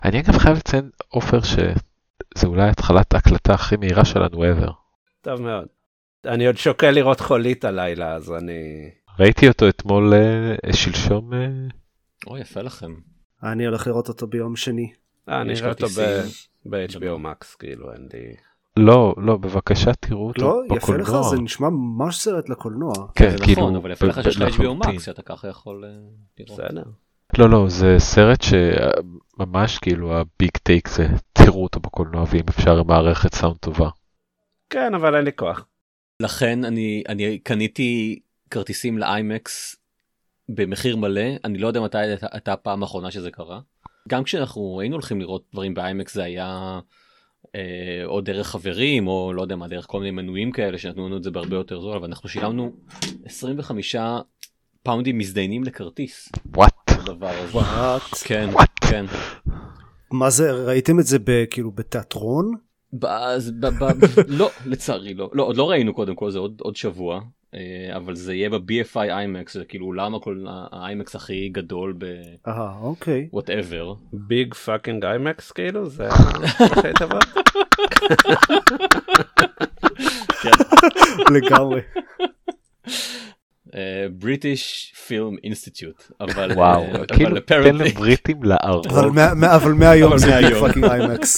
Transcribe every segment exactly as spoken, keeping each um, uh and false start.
אני אגב חייב לציין, עופר, שזה אולי התחלת ההקלטה הכי מהירה שלנו ever. טוב מאוד. אני עוד שוקל לראות חולית הלילה, אז אני... ראיתי אותו אתמול, שלשום. או, יפה לכם. אני הולך לראות אותו ביום שני. אני אראה אותו ב-אייץ' בי או Max, כאילו, אין לי... לא, לא, בבקשה תראו אותו לא, בקולנוע. יפה לך, זה נשמע ממש סרט לקולנוע. כן, נכון, כאילו... אבל יפה לך שיש ל-אייץ' בי או Max, שאתה ככה יכול לראות. בסדר. לא, לא, זה סרט שממש כאילו הביג טייק זה, תראו אותו בקולנוע, ואם אפשר מערכת סאונד טובה. כן, אבל אין לי כוח. לכן אני, אני קניתי כרטיסים לאיימקס במחיר מלא, אני לא יודע מתי הייתה הפעם האחרונה שזה קרה. גם כשאנחנו היינו הולכים לראות דברים באיימקס זה היה אה, או דרך חברים, או לא יודע מה, דרך כל מיני מנויים כאלה שנתנו לנו את זה בהרבה יותר זול, אבל אנחנו שילמנו עשרים וחמישה פאונדים מזדיינים לכרטיס. וואט? הדבר הזה. וואט? כן, כן. מה זה, ראיתם את זה כאילו בתיאטרון? אז, ב, ב, לא, לצערי לא. לא, עוד לא ראינו קודם כל, זה עוד, עוד שבוע, אבל זה יהיה ב-בי אף איי איימקס, זה כאילו אולם האיימקס הכי גדול ב... אה, אוקיי. whatever. ביג פאקינג איימקס, כאילו, זה הכי טובה. לגמרי. בריטיש פילם אינסטיטוט, אבל וואו, כאילו תן לבריטים לערוב. אבל מהיום זה ביג פאקינג איימקס.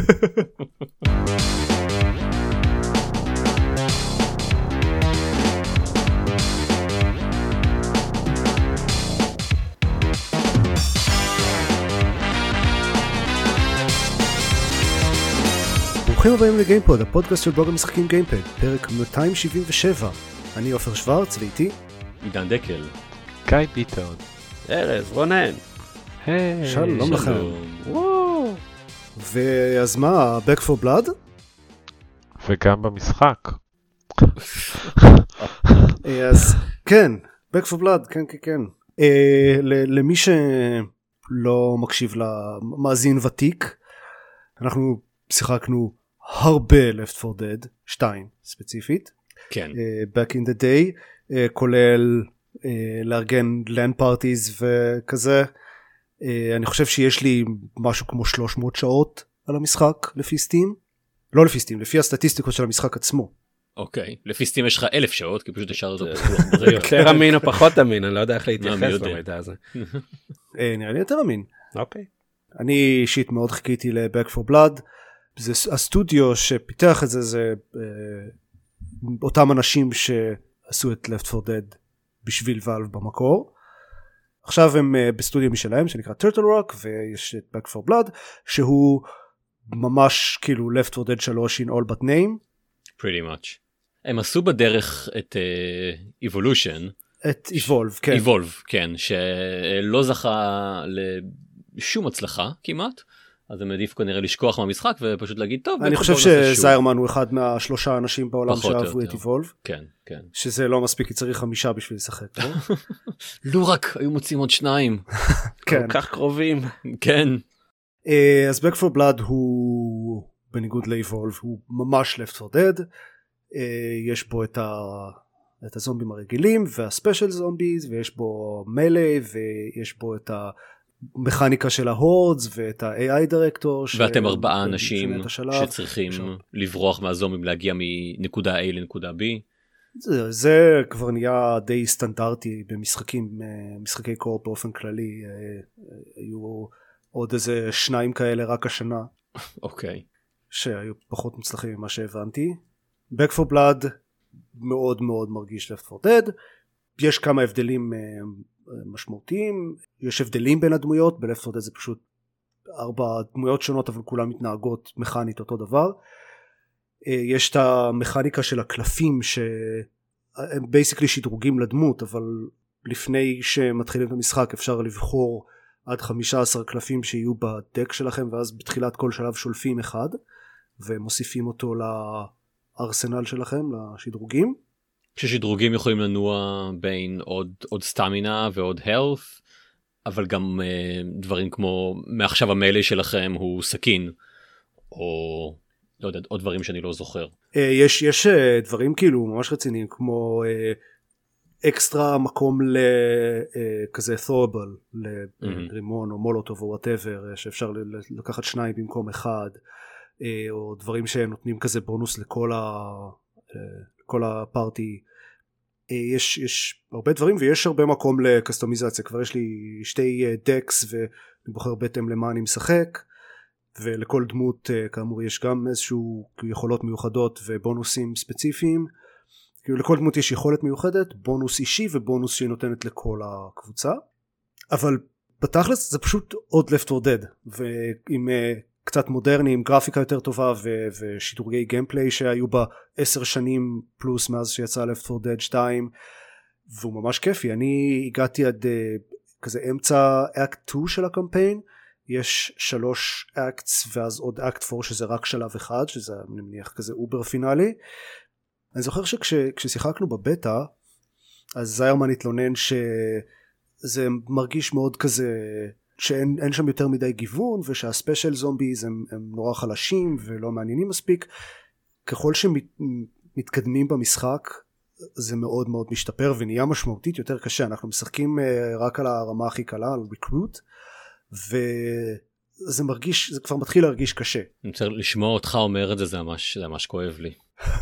ברוכים הבאים לגיימפוד, הפודקאסט של בלוג המשחקים גיימפד, פרק מאתיים שבעים ושבע. אני עופר שוורץ ואיתי עידן דקל, גיא ביטון, ארז, רונן. היי, שלום לכם. ואז מה, Back for Blood? וגם במשחק. אז כן, Back for Blood, כן כן כן. למי שלא מקשיב למאזין ותיק, אנחנו שיחקנו הרבה Left four Dead, שתיים ספציפית. כן. Back in the day, כולל לארגן LAN parties וכזה. אני חושב שיש לי משהו כמו שלוש מאות שעות על המשחק לפי סטים. לא לפי סטים, לפי הסטטיסטיקות של המשחק עצמו. אוקיי, לפי סטים יש לך אלף שעות, כי פשוט השאר אותו. זה יותר אמין או פחות אמין, אני לא יודע איך להתייחס למידע הזה. נראה לי יותר אמין. אוקיי. אני אישית מאוד חיכיתי ל-Back for Blood. זה הסטודיו שפיתח את זה, זה אותם אנשים שעשו את Left four Dead בשביל ואלב במקור. עכשיו הם בסטודיו משלהם שנקרא Turtle Rock, ויש את Back for Blood שהוא ממש כאילו Left four Dead שלוש in all but name. Pretty much. הם עשו בדרך את uh, Evolution. את Evolve, כן. Evolve, כן, שלא זכה לשום הצלחה כמעט. אז הם עדיף כנראה לשכוח מהמשחק ופשוט להגיד טוב. אני חושב שזיירמן הוא אחד מהשלושה אנשים בעולם שאהבו את Evolve. כן, כן. שזה לא מספיק, כי צריך חמישה בשביל לשחק. לא רק, היו מוצאים עוד שניים. כל כך קרובים. כן. אז Back for Blood הוא, בניגוד ל-Evolve, הוא ממש Left four Dead. יש בו את ה... את הזומבים הרגילים והספיישל זומביז, ויש בו מלה, ויש בו את ה... מכניקה של ההורדס ואת ה-איי איי דירקטור. ואתם ארבעה אנשים שצריכים לברוח מהזומים להגיע מנקודה A לנקודה B. זה, זה כבר נהיה די סטנדרטי במשחקים, משחקי קורפ באופן כללי. היו עוד איזה שניים כאלה רק השנה. אוקיי. שהיו פחות מוצלחים ממה שהבנתי. Back for Blood מאוד מאוד מרגיש Left four Dead. יש כמה הבדלים משמעותיים, יש הבדלים בין הדמויות, ב-Left four Dead זה פשוט ארבע דמויות שונות אבל כולן מתנהגות מכנית אותו דבר. יש את המכניקה של הקלפים שהם basically שדרוגים לדמות, אבל לפני שמתחילים את המשחק אפשר לבחור עד חמישה עשר קלפים שיהיו בדק שלכם, ואז בתחילת כל שלב שולפים אחד ומוסיפים אותו לארסנל שלכם, לשדרוגים. ששדרוגים יכולים לנוע בין עוד, עוד סטמינה ועוד health, אבל גם uh, דברים כמו, מעכשיו המיילי שלכם הוא סכין, או לא יודע, עוד דברים שאני לא זוכר. יש, יש uh, דברים כאילו ממש רציניים, כמו uh, אקסטרה מקום לכזה תורבל, לרימון או מולוטוב או וואטאבר, שאפשר לקחת שניים במקום אחד, או דברים שנותנים כזה בונוס לכל ה... כל הפארטי. יש, יש הרבה דברים ויש הרבה מקום לקסטומיזציה. כבר יש לי שתי דקס ואני בוחר בהתאם למה אני משחק, ולכל דמות כאמור יש גם איזשהו יכולות מיוחדות ובונוסים ספציפיים. כאילו לכל דמות יש יכולת מיוחדת, בונוס אישי ובונוס שהיא נותנת לכל הקבוצה. אבל בתכלס זה פשוט עוד Left four Dead, ועם קצת מודרני, עם גרפיקה יותר טובה ו- ושידורי גיימפליי שהיו בה עשר שנים פלוס מאז שיצא Left four Dead שתיים, והוא ממש כיפי. אני הגעתי עד uh, כזה אמצע אקט שתיים של הקמפיין, יש שלוש אקטס ואז עוד אקט ארבע שזה רק שלב אחד, שזה אני מניח כזה אובר פינאלי. אני זוכר שכששיחקנו בבטא, אז זיירמן התלונן שזה מרגיש מאוד כזה שאין אין שם יותר מדי גיוון, ושהספיישל זומביז הם, הם נורא חלשים ולא מעניינים מספיק. ככל שמתקדמים במשחק זה מאוד מאוד משתפר ונהיה משמעותית יותר קשה. אנחנו משחקים רק על הרמה הכי קלה, על ריקרוט, וזה מרגיש, זה כבר מתחיל להרגיש קשה. אני צריך לשמוע אותך אומר את זה, זה ממש, זה ממש כואב לי.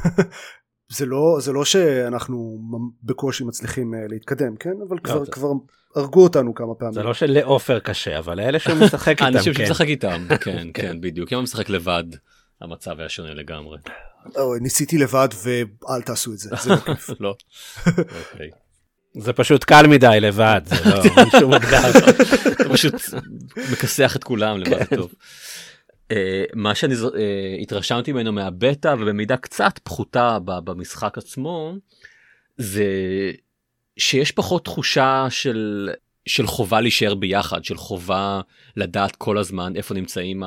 זה לא, זה לא שאנחנו בקושי מצליחים להתקדם, כן? אבל כבר, כבר הרגו אותנו כמה פעמים. זה לא שלאופר קשה, אבל אלה שהוא משחק איתם, כן. אנשים שמשחק איתם, כן, כן, בדיוק. אם הוא משחק לבד, המצב היה שונה לגמרי. ניסיתי לבד ואל תעשו את זה, זה לא כיף. לא. אוקיי. זה פשוט קל מדי לבד, זה לא משהו מגדל. אתה פשוט מכסח את כולם לבד טוב. מה שאני התרשמתי ממנו מהבטא ובמידה קצת פחותה במשחק עצמו, זה שיש פחות תחושה של של חובה להישאר ביחד, של חובה לדעת כל הזמן איפה נמצאים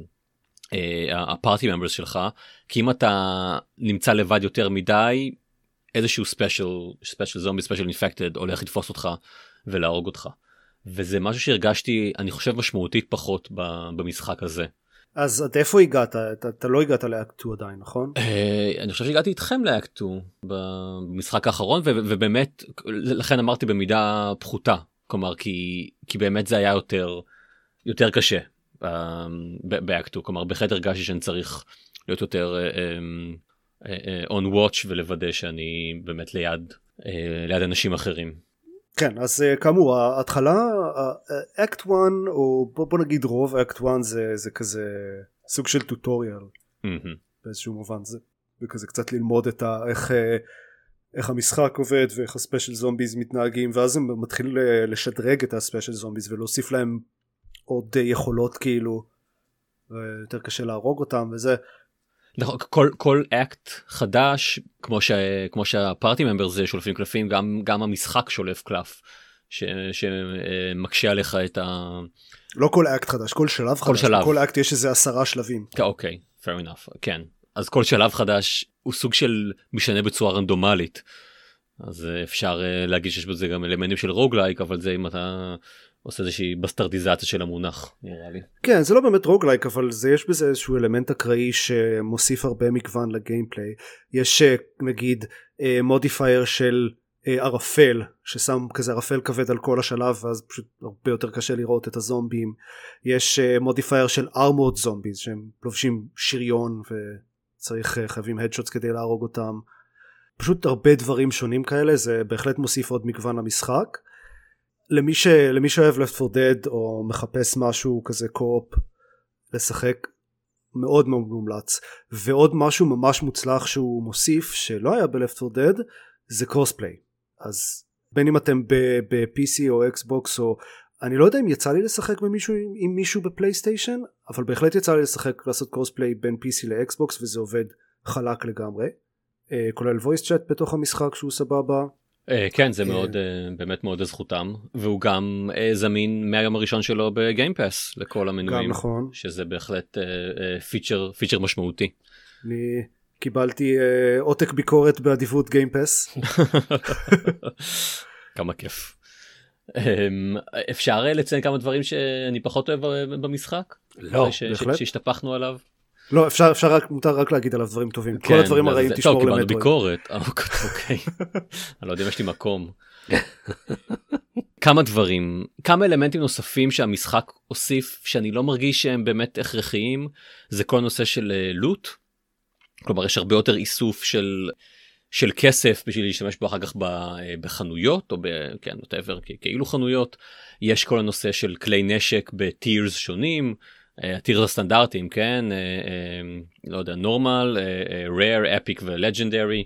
הפארטי ממברס שלך, כי אם אתה נמצא לבד יותר מדי, איזשהו ספיישל, ספיישל זומבי, ספיישל אינפקטד, הולך לתפוס אותך ולהרוג אותך. וזה משהו שהרגשתי, אני חושב, משמעותית פחות במשחק הזה. אז עד איפה הגעת? אתה, אתה לא הגעת לאקט שתיים עדיין, נכון? אני חושב שהגעתי איתכם לאקט שתיים במשחק האחרון, ובאמת, לכן אמרתי במידה פחותה. כלומר, כי, כי באמת זה היה יותר, יותר קשה באקט שתיים. כלומר, בהחלט הרגשתי שאני צריך להיות יותר uh, uh, uh, on watch ולוודא שאני באמת ליד, uh, ליד אנשים אחרים. כן, אז כאמור, ההתחלה, אקט אחת, או בוא, בוא נגיד רוב אקט אחת זה, זה כזה סוג של טוטוריאל, mm-hmm. באיזשהו מובן, זה וכזה קצת ללמוד את ה, איך, איך המשחק עובד ואיך הספיישל זומביז מתנהגים, ואז הם מתחילים לשדרג את הספיישל זומביז ולהוסיף להם עוד יכולות כאילו, ויותר קשה להרוג אותם וזה. כל כל אקט חדש, כמו ש כמו שהפארטי ממבר זה שולפים קלפים, גם גם המשחק שולף קלף שמקשה עליך את ה... לא כל אקט חדש, כל שלב כל חדש, שלב. כל אקט יש איזה עשרה שלבים. אוקיי, fair enough, כן. אז כל שלב חדש הוא סוג של משנה בצורה רנדומלית, אז אפשר להגיד שיש בזה גם אלמנטים של רוגלייק, אבל זה אם אתה עושה איזושהי בסטרדיזציה של המונח, נראה לי. כן, זה לא באמת רוגלייק, אבל זה יש בזה איזשהו אלמנט אקראי שמוסיף הרבה מגוון לגיימפליי. יש נגיד מודיפייר של ערפל, ששם כזה ערפל כבד על כל השלב, ואז פשוט הרבה יותר קשה לראות את הזומבים. יש מודיפייר של ארמורד זומביז, שהם לובשים שריון וצריך חייבים הדשוטס כדי להרוג אותם. פשוט הרבה דברים שונים כאלה, זה בהחלט מוסיף עוד מגוון למשחק. למי ש... למי שאוהב Left four Dead או מחפש משהו כזה קו-אופ לשחק, מאוד מאוד מומלץ. ועוד משהו ממש מוצלח שהוא מוסיף שלא היה ב-Left four Dead, זה קרוספליי. אז בין אם אתם ב-פי סי או אקסבוקס, או אני לא יודע אם יצא לי לשחק במישהו, עם מישהו בפלייסטיישן, אבל בהחלט יצא לי לשחק, לעשות קרוספליי בין פי סי לאקסבוקס, וזה עובד חלק לגמרי. כולל voice chat בתוך המשחק שהוא סבבה. כן, זה מאוד, באמת מאוד לזכותם, והוא גם זמין מהיום הראשון שלו בגיימפאס לכל המנויים. גם נכון. שזה בהחלט פיצ'ר, פיצ'ר משמעותי. אני קיבלתי עותק ביקורת באדיבות גיימפאס. כמה כיף. אפשר לציין כמה דברים שאני פחות אוהב במשחק? לא, בהחלט. שהשתפכנו עליו? לא, אפשר, אפשר רק, מותר רק להגיד עליו דברים טובים. כל הדברים הרעים תשמור למטרואיד. טוב, קיבלנו ביקורת. אוקיי. אני לא יודע אם יש לי מקום. כמה דברים, כמה אלמנטים נוספים שהמשחק הוסיף, שאני לא מרגיש שהם באמת הכרחיים, זה כל נושא של לוט. כלומר, יש הרבה יותר איסוף של, של כסף בשביל להשתמש בו אחר כך בחנויות, או ב, כן, whatever, כאילו חנויות. יש כל הנושא של כלי נשק בטירס שונים, הטירס הסטנדרטיים, כן, לא יודע, נורמל, רייר, אפיק ולג'נדרי,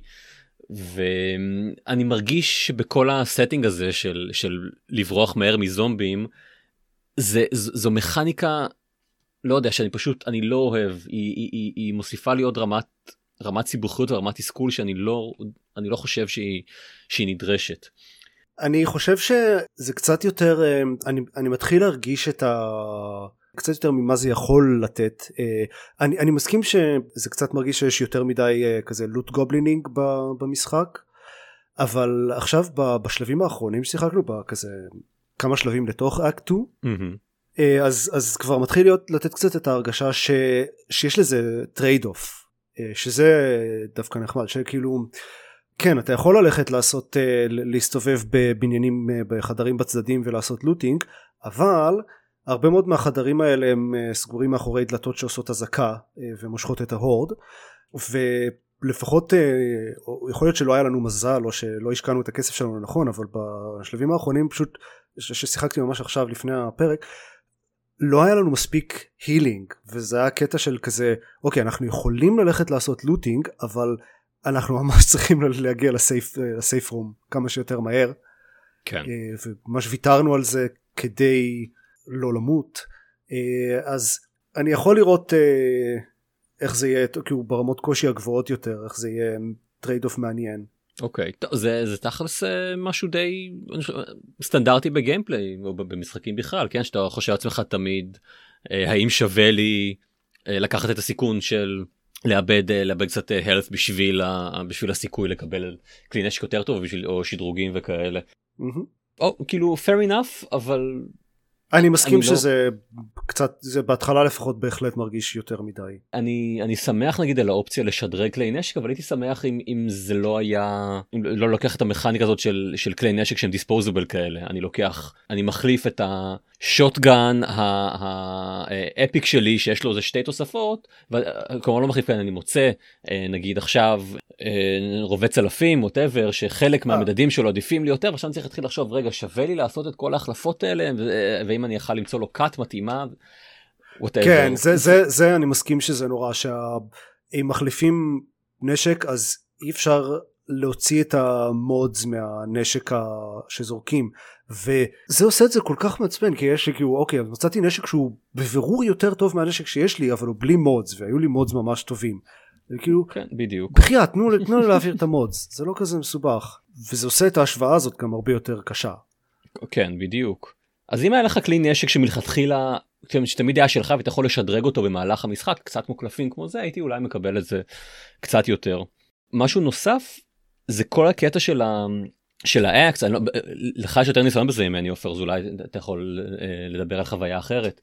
ואני מרגיש שבכל הסטינג הזה של, של לברוח מהר מזומבים, זה, זו מכניקה, לא יודע, שאני פשוט, אני לא אוהב, היא, היא, היא, היא מוסיפה לי עוד רמת, רמת סיבוכיות ורמת תסכול שאני לא, אני לא חושב שהיא, שהיא נדרשת. אני חושב שזה קצת יותר, אני, אני מתחיל להרגיש את ה... קצת יותר ממה זה יכול לתת. אני, אני מסכים שזה קצת מרגיש שיש יותר מדי כזה לוט גובלינינג במשחק, אבל עכשיו בשלבים האחרונים שיחקנו בכזה כמה שלבים לתוך אקט שתיים, mm-hmm. אז, אז כבר מתחיל להיות לתת קצת את ההרגשה ש, שיש לזה טרייד אוף, שזה דווקא נחמד, שכאילו כן, אתה יכול ללכת לעשות, להסתובב בבניינים, בחדרים בצדדים ולעשות לוטינג, אבל הרבה מאוד מהחדרים האלה הם סגורים מאחורי דלתות שעושות הזקה ומושכות את ההורד, ולפחות יכול להיות שלא היה לנו מזל או שלא השקענו את הכסף שלנו נכון, אבל בשלבים האחרונים פשוט ששיחקתי ממש עכשיו לפני הפרק, לא היה לנו מספיק הילינג, וזה היה קטע של כזה, אוקיי, אנחנו יכולים ללכת לעשות לוטינג, אבל אנחנו ממש צריכים להגיע לסייף, לסייף רום כמה שיותר מהר, כן. וממש ויתרנו על זה כדי לא למות. אז אני יכול לראות איך זה יהיה, כאילו ברמות קושי הגבוהות יותר, איך זה יהיה טרייד אוף מעניין. אוקיי, זה, זה תכלס משהו די סטנדרטי בגיימפליי, או במשחקים בכלל, כן? שאתה חושב עצמך תמיד, האם שווה לי לקחת את הסיכון של לאבד, לאבד קצת health בשביל, בשביל הסיכוי לקבל כלי נשק יותר טוב, או שדרוגים וכאלה. Mm-hmm. או, כאילו, fair enough, אבל... אני מסכים אני שזה לא... קצת, זה בהתחלה לפחות בהחלט מרגיש יותר מדי. אני, אני שמח נגיד על האופציה לשדרג כלי נשק, אבל הייתי שמח אם, אם זה לא היה, אם לא לוקח את המכניקה הזאת של, של כלי נשק שהם דיספוזיבל כאלה. אני לוקח, אני מחליף את השוטגן, האפיק שלי שיש לו איזה שתי תוספות, וכלומר לא מחליף כאן, אני מוצא, נגיד עכשיו, רובה צלפים, whatever, שחלק מהמדדים שלו עדיפים לי יותר, ועכשיו אני צריך להתחיל לחשוב, רגע, שווה לי לעשות את כל ההחלפות האלה, ואם אני יכול למצוא לו קאט מתאימה, whatever. כן, זה, זה, זה אני מסכים שזה נורא, שאם מחליפים נשק, אז אי אפשר להוציא את המודס מהנשק שזורקים, וזה עושה את זה כל כך מעצבן, כי יש כאילו, אוקיי, אז מצאתי נשק שהוא בבירור יותר טוב מהנשק שיש לי, אבל הוא בלי מודס, והיו לי מודס ממש טובים. וכאילו, כן, בדיוק. בחייה, תנו, תנו לי להעביר את המודס, זה לא כזה מסובך, וזה עושה את ההשוואה הזאת גם הרבה יותר קשה. כן, בדיוק. אז אם היה לך כלי נשק שמלכתחילה, שתמיד היה שלך ואתה יכול לשדרג אותו במהלך המשחק, קצת כמו קלפים כמו זה, הייתי אולי מקבל את זה קצת יותר. משהו נוסף, זה כל הקטע של ה... של האקט, לא, לך יש יותר ניסיון בזה ממני אופר, אז אולי אתה יכול לדבר על חוויה אחרת,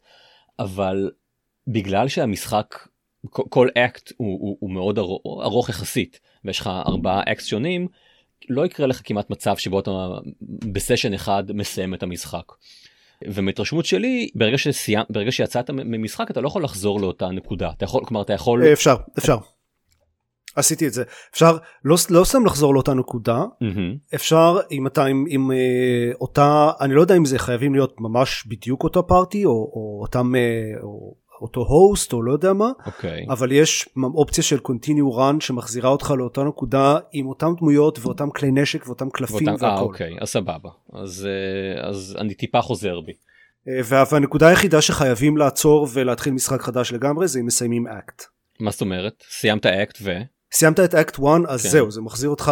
אבל בגלל שהמשחק, כל אקט הוא, הוא, הוא מאוד ארוך, ארוך יחסית, ויש לך ארבעה אקט שונים, לא יקרה לך כמעט מצב שבו אתה בסשן אחד מסיים את המשחק. ומהתרשמות שלי, ברגע, שסיים, ברגע שיצאת ממשחק, אתה לא יכול לחזור לאותה נקודה. אתה יכול, כלומר, אתה יכול... אפשר, אפשר. עשיתי את זה. אפשר, לא, לא סתם לחזור לאותה נקודה, mm-hmm. אפשר, אם אתה, עם, עם אותה, אני לא יודע אם זה חייבים להיות ממש בדיוק אותה פארטי, או, או אותם, או אותו הוסט, או לא יודע מה, okay. אבל יש אופציה של continue run, שמחזירה אותך לאותה נקודה, עם אותם דמויות, ואותם כלי נשק, ואותם קלפים, והכל. אה, אוקיי, אז סבבה. אז, אז אני טיפה חוזר בי. והנקודה היחידה שחייבים לעצור, ולהתחיל משחק חדש לגמרי, זה אם מסיימים אקט. מה זאת אומרת? סיימת אקט ו... סיימת את אקט אחת, אז כן. זהו, זה מחזיר אותך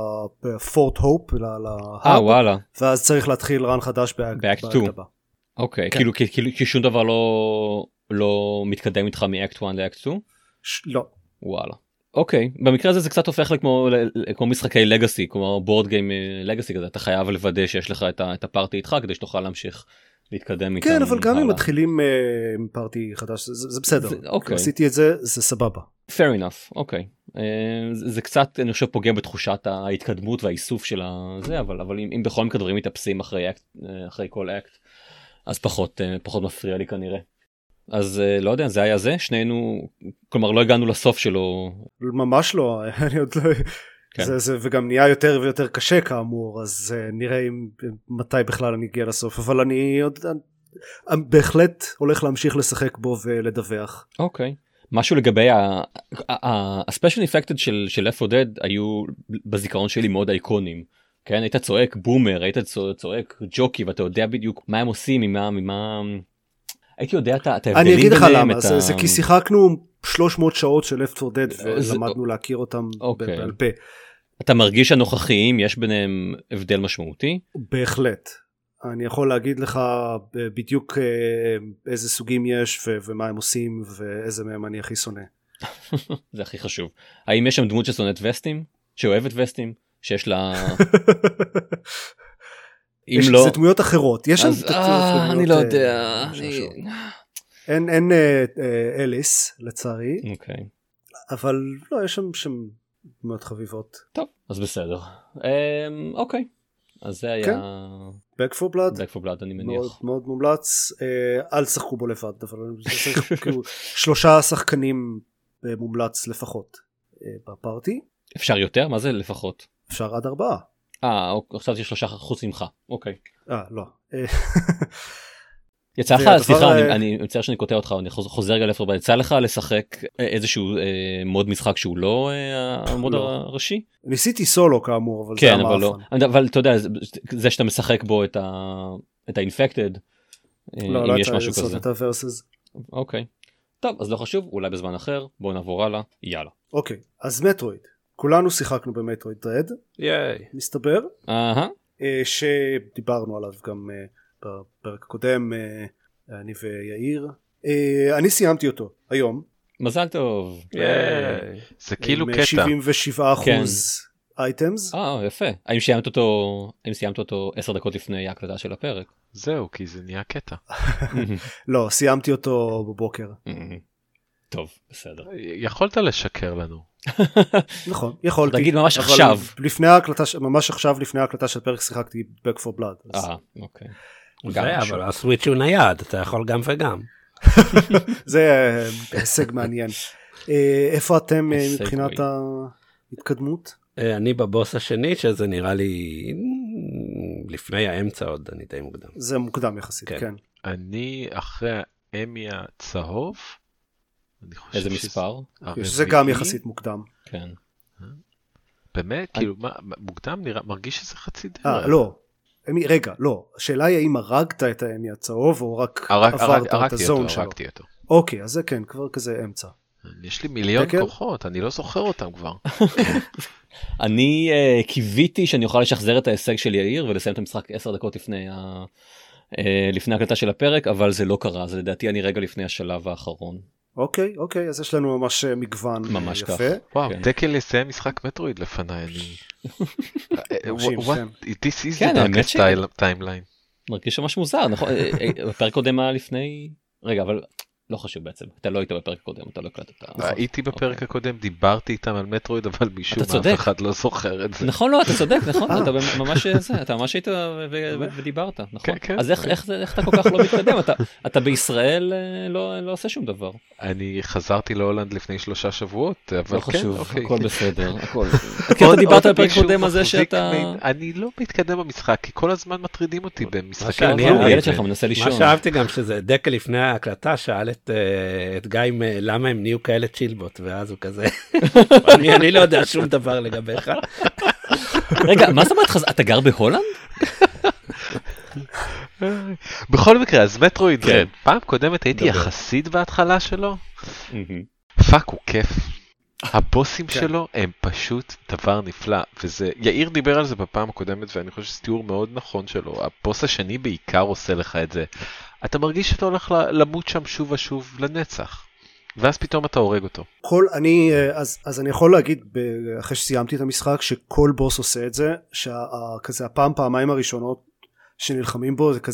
לפורט הופ, אה, וואלה. ואז צריך להתחיל רן חדש באקט שתיים. אוקיי, כן. כאילו, כאילו, כי שום דבר לא, לא מתקדם איתך מאקט אחת לאקט שתיים? ש... לא. וואלה. אוקיי, במקרה הזה זה קצת הופך לכמו, כמו משחקי לגאסי, כמו בורד גיים לגאסי כזה, אתה חייב לוודא שיש לך את, את הפארטי איתך, כדי שתוכל להמשיך להתקדם איתם. כן, אבל גם הלאה. אם מתחילים עם פארטי חדש, זה, זה בסדר. זה, אוקיי. עשיתי את זה, זה סבבה. fair enough, אוקיי. זה, זה קצת, אני חושב, פוגע בתחושת ההתקדמות והאיסוף של זה, אבל, אבל אם, אם בכל מקרה דברים מתאפסים אחרי, אקט, אחרי כל אקט, אז פחות, פחות מפריע לי כנראה. אז לא יודע, זה היה זה, שנינו, כלומר לא הגענו לסוף שלו. ממש לא, אני עוד לא... כן. זה, זה, וגם נהיה יותר ויותר קשה כאמור, אז uh, נראה אם, מתי בכלל אני אגיע לסוף, אבל אני עוד אני בהחלט הולך להמשיך לשחק בו ולדווח. אוקיי. משהו לגבי ה-special effected של, של Left four Dead היו בזיכרון שלי מאוד אייקונים. כן, היית צועק בומר, היית צועק ג'וקי, ואתה יודע בדיוק מה הם עושים, ממה, ממה... הייתי יודע את ההבדלים ביניהם. אני אגיד לך למה, זה, ה... זה כי שיחקנו שלוש מאות שעות של Left four Dead, ולמדנו להכיר אותם אוקיי. בעל פה. אתה מרגיש שהנוכחיים, יש ביניהם הבדל משמעותי? בהחלט. אני יכול להגיד לך בדיוק איזה סוגים יש, ו- ומה הם עושים, ואיזה מהם אני הכי שונא. זה הכי חשוב. האם יש שם דמות ששונאת וסטים? שאוהבת וסטים? שיש לה... אם יש, לא... זה דמויות אחרות. יש אז, שם אה, דמויות... אני לא יודע. אני... אין, אין אה, אה, אליס, לצערי. אוקיי. אבל לא, יש שם שם דמויות חביבות. טוב, אז בסדר. אה, אוקיי. אז זה היה... כן. Back for Blood. Back for Blood, אני מניח. מאוד, מאוד מומלץ. אה, אל תשחקו בו לבד, אבל צריך כאילו שלושה שחקנים מומלץ לפחות אה, בפארטי. אפשר יותר? מה זה לפחות? אפשר עד ארבעה. אה, עכשיו יש שלושה חוץ ממך. אוקיי. אה, לא. יצא לך, סליחה, אני, אני מצטער שאני קוטע אותך, אני חוזר רגע לפרבד, יצא לך לשחק איזשהו אה, מוד משחק שהוא לא אה, המוד לא. הראשי? ניסיתי סולו כאמור, אבל כן, זה אבל המאפן. לא. אבל אתה יודע, זה שאתה משחק בו את ה... את ה-infected, לא, אם לא יש משהו כזה. את ה-versus. אוקיי. טוב, אז לא חשוב, אולי בזמן אחר, בואו נעבור הלאה, יאללה. אוקיי, אז מטרואיד. כולנו שיחקנו במטרואיד דרד. ייי. מסתבר. אהה. שדיברנו עליו גם בפרק הקודם, אני ויאיר. אני סיימתי אותו היום. מזל טוב. זה כאילו קטע. עם שבעים ושבעה אחוז אייטמס. אה, יפה. האם סיימת אותו, האם סיימת אותו עשר דקות לפני ההקלטה של הפרק? זהו, כי זה נהיה קטע. לא, סיימתי אותו בבוקר. טוב, בסדר. יכולת לשקר לנו. נכון, יכולתי. תגיד ממש עכשיו. לפני ההקלטה, ממש עכשיו לפני ההקלטה של פרק שיחקתי Back for Blood. אה, אוקיי. זה, אבל הסוויץ' הוא נייד, אתה יכול גם וגם. זה הישג מעניין. איפה אתם מבחינת ההתקדמות? אני בבוס השני, שזה נראה לי לפני האמצע עוד, אני די מוקדם. זה מוקדם יחסית, כן. אני אחרי האמי הצהוב. איזה מספר? שזה גם יחסית מוקדם. כן. באמת? כאילו, מוקדם מרגיש שזה חצי דרך. אה, לא. רגע, לא. השאלה היא האם הרגת את האמי הצהוב, או רק עברת את הזון שלו? הרגתי אותו. אוקיי, אז זה כן, כבר כזה אמצע. יש לי מיליון כוחות, אני לא זוכר אותם כבר. אני קיוויתי שאני אוכל לשחזר את ההישג של יאיר, ולסיים את המשחק עשר דקות לפני ה... לפני הקלטה של הפרק, אבל זה לא קרה, זה לדעתי אני רגע לפני השלב האחרון. אוקיי, אוקיי, אז יש לנו ממש מגוון ממש יפה. כך. וואו, דקל יסיים משחק מטרואיד לפניי, אני... This is the darkest timeline. מרגיש ממש מוזר, נכון? בפרק קודם היה לפני... רגע, אבל... לא חשוב בעצם, אתה לא היית בפרק הקודם, אתה לא הקלטת. הייתי בפרק הקודם, דיברתי איתם על מטרואיד, אבל משום מה אף אחד לא זוכר את זה. נכון, לא, אתה צודק, נכון, אתה ממש זה, אתה ממש היית ודיברת, נכון? אז איך אתה כל כך לא מתקדם? אתה בישראל לא עושה שום דבר. אני חזרתי להולנד לפני שלושה שבועות, אבל כן, אוקיי. הכל בסדר, הכל. כי אתה דיברת בפרק הקודם הזה שאתה... אני לא מתקדם במשחק, כי כל הזמן מטרידים אותי במשחקים. הילד שלך מנסה לישון. מה שאהבתי גם שזה דקל לפני ההקלטה שאל את את גיא למה הם נהיו כאלה צ'ילבוט, ואז הוא כזה, אני לא יודע שום דבר לגביך. רגע, מה זאת אומרת, אתה גר בהולנד? בכל מקרה, אז מטרואיד, פעם קודמת הייתי יחסית בהתחלה שלו, פאק הוא כיף. הבוסים שלו הם פשוט דבר נפלא, וזה, יאיר דיבר על זה בפעם הקודמת, ואני חושב שזה תיאור מאוד נכון שלו, הבוס השני בעיקר עושה לך את זה, אתה מרגיש שאתה הולך למות שם שוב ושוב לנצח, ואז פתאום אתה הורג אותו. כל, אני, אז, אז אני יכול להגיד, אחרי שסיימתי את המשחק, שכל בוס עושה את זה, שכזה הפעם פעמיים הראשונות שנלחמים בו, זה כזה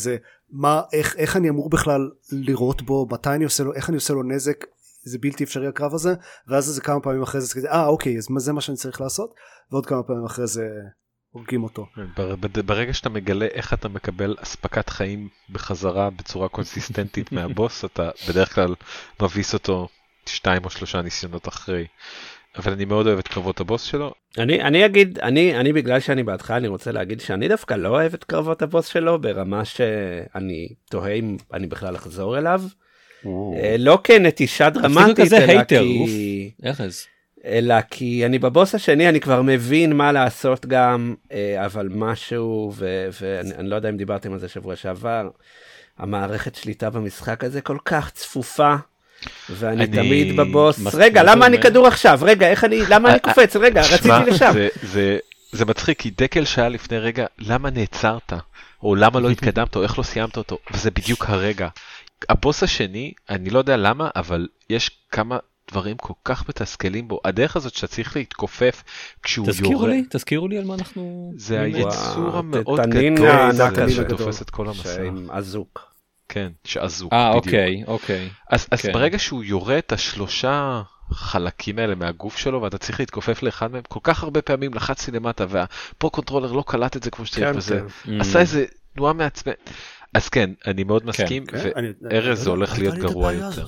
מה, איך, איך אני אמור בכלל לראות בו, מתי אני עושה לו, איך אני עושה לו נזק, זה בלתי אפשרי הקרב הזה, ואז זה כמה פעמים אחרי זה, אה אוקיי, אז זה מה שאני צריך לעשות, ועוד כמה פעמים אחרי זה הורגים אותו. ברגע שאתה מגלה איך אתה מקבל אספקת חיים בחזרה בצורה קונסיסטנטית מהבוס, אתה בדרך כלל מביס אותו שתיים או שלושה ניסיונות אחרי. אבל אני מאוד אוהב את קרבות הבוס שלו. אני, אני אגיד, אני, אני בגלל שאני בהתחלה, אני רוצה להגיד שאני דווקא לא אוהב את קרבות הבוס שלו, ברמה שאני תוהה אם אני בכלל אחזור אליו. לא כנטישה דרמטית, אלא כי... אלא כי אני בבוס השני, אני כבר מבין מה לעשות גם, אבל משהו, ואני לא יודע אם דיברתם על זה שבוע שעבר, המערכת שליטה במשחק הזה כל כך צפופה, ואני תמיד בבוס, רגע, למה אני כדור עכשיו? רגע, איך אני, למה אני קופץ? רגע, רציתי לשם. זה מצחיק, כי דקל שהיה לפני רגע, למה נעצרת? או למה לא התקדמת, או איך לא סיימת אותו? וזה בדיוק הרגע. הבוס השני, אני לא יודע למה, אבל יש כמה דברים כל כך מתסכלים בו. הדרך הזאת שאתה צריך להתכופף כשהוא יורה. תזכירו לי, תזכירו לי על מה אנחנו... זה היצור המאוד גדול שתופס את כל המסע. עם אזוק. כן, שאזוק. אה, אוקיי, אוקיי. אז ברגע שהוא יורה את השלושה חלקים האלה מהגוף שלו, ואתה צריך להתכופף לאחד מהם, כל כך הרבה פעמים לחצתי למטה, והפרו קונטרולר לא קלט את זה כמו שצריך, וזה עשה איזה תנועה מעצבן. אז כן, אני מאוד מסכים, וארז זה הולך להיות גרוע יותר.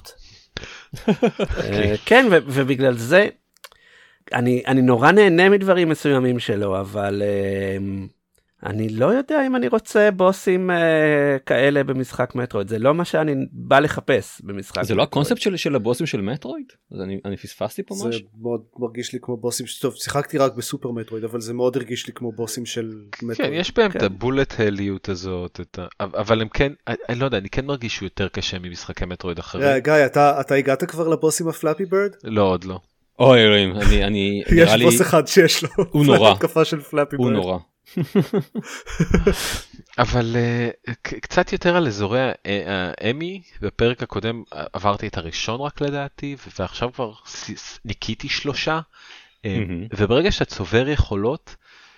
כן, ובגלל זה, אני נורא נהנה מדברים מסוימים שלו, אבל אני לא יודע אם אני רוצה בוסים כאלה במשחק מטרויד, זה לא מה שאני בא לחפש במשחק מטרויד. זה לא הקונספט של הבוסים של מטרויד? אז אני פספסתי פה משהו? זה מאוד מרגיש לי כמו בוסים, טוב, שיחקתי רק בסופר מטרויד, אבל זה מאוד הרגיש לי כמו בוסים של מטרויד. כן, יש בהם את הבולט הליות הזאת, אבל הם כן, אני לא יודע, אני כן מרגיש שהוא יותר קשה ממשחקי מטרויד אחרים. גיא, אתה הגעת כבר לבוסים הפלאפי בירד? לא, עוד לא. אוי אלוהים, אני... יש בוס אחד שיש לו. הוא נורא. התקפה של פלאפי בירד. הוא נורא. אבל קצת יותר על אזורי האמי, בפרק הקודם עברתי את הראשון רק לדעתי, ועכשיו כבר ניקיתי שלושה, וברגע שאתה צובר יכולות,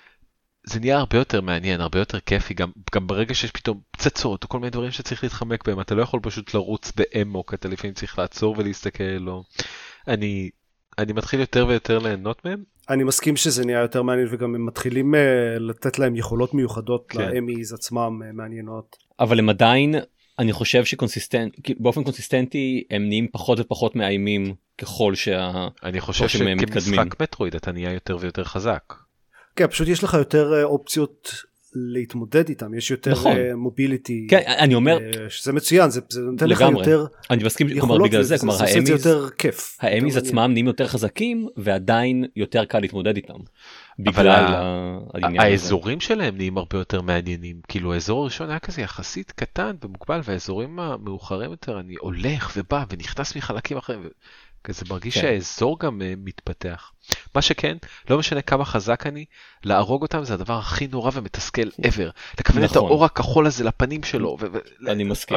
זה נהיה הרבה יותר מעניין, הרבה יותר כיפי, גם, גם ברגע שיש פתאום פצצות, או כל מיני דברים שצריך להתחמק בהם, אתה לא יכול פשוט לרוץ באמוק, אתה לפעמים צריך לעצור ולהסתכל, או... אני, אני מתחיל יותר ויותר ליהנות מהם. אני מסכים שזה נהיה יותר מעניין, וגם הם מתחילים uh, לתת להם יכולות מיוחדות, כן. לאמיז עצמם uh, מעניינות. אבל הם עדיין, אני חושב שקונסיסטנט, באופן קונסיסטנטי, הם נהיים פחות ופחות מאיימים, ככל שה... אני חושב שכמשחק מטרויד אתה נהיה יותר ויותר חזק. כן, פשוט יש לך יותר אופציות להתמודד איתם, יש יותר נכון. מוביליטי. כן, אני אומר... שזה מצוין, זה, זה נותן לך יותר אני מסכים, כלומר, בגלל זה, כלומר, האמיז, זה יותר כיף. האמיז עצמם נהיים יותר חזקים, ועדיין יותר קל להתמודד איתם. בגלל האזורים שלהם נהיים הרבה יותר מעניינים. כאילו, האזור הראשון היה כזה יחסית קטן ומוגבל, והאזורים המאוחרים יותר, אני הולך ובא ונכנס מחלקים אחרים. זה מרגיש שהאזור גם מתפתח. מה שכן, לא משנה כמה חזק אני, להרוג אותם זה הדבר הכי נורא ומתסכל ever. לכוון את האור הכחול הזה לפנים שלו. אני מסכים.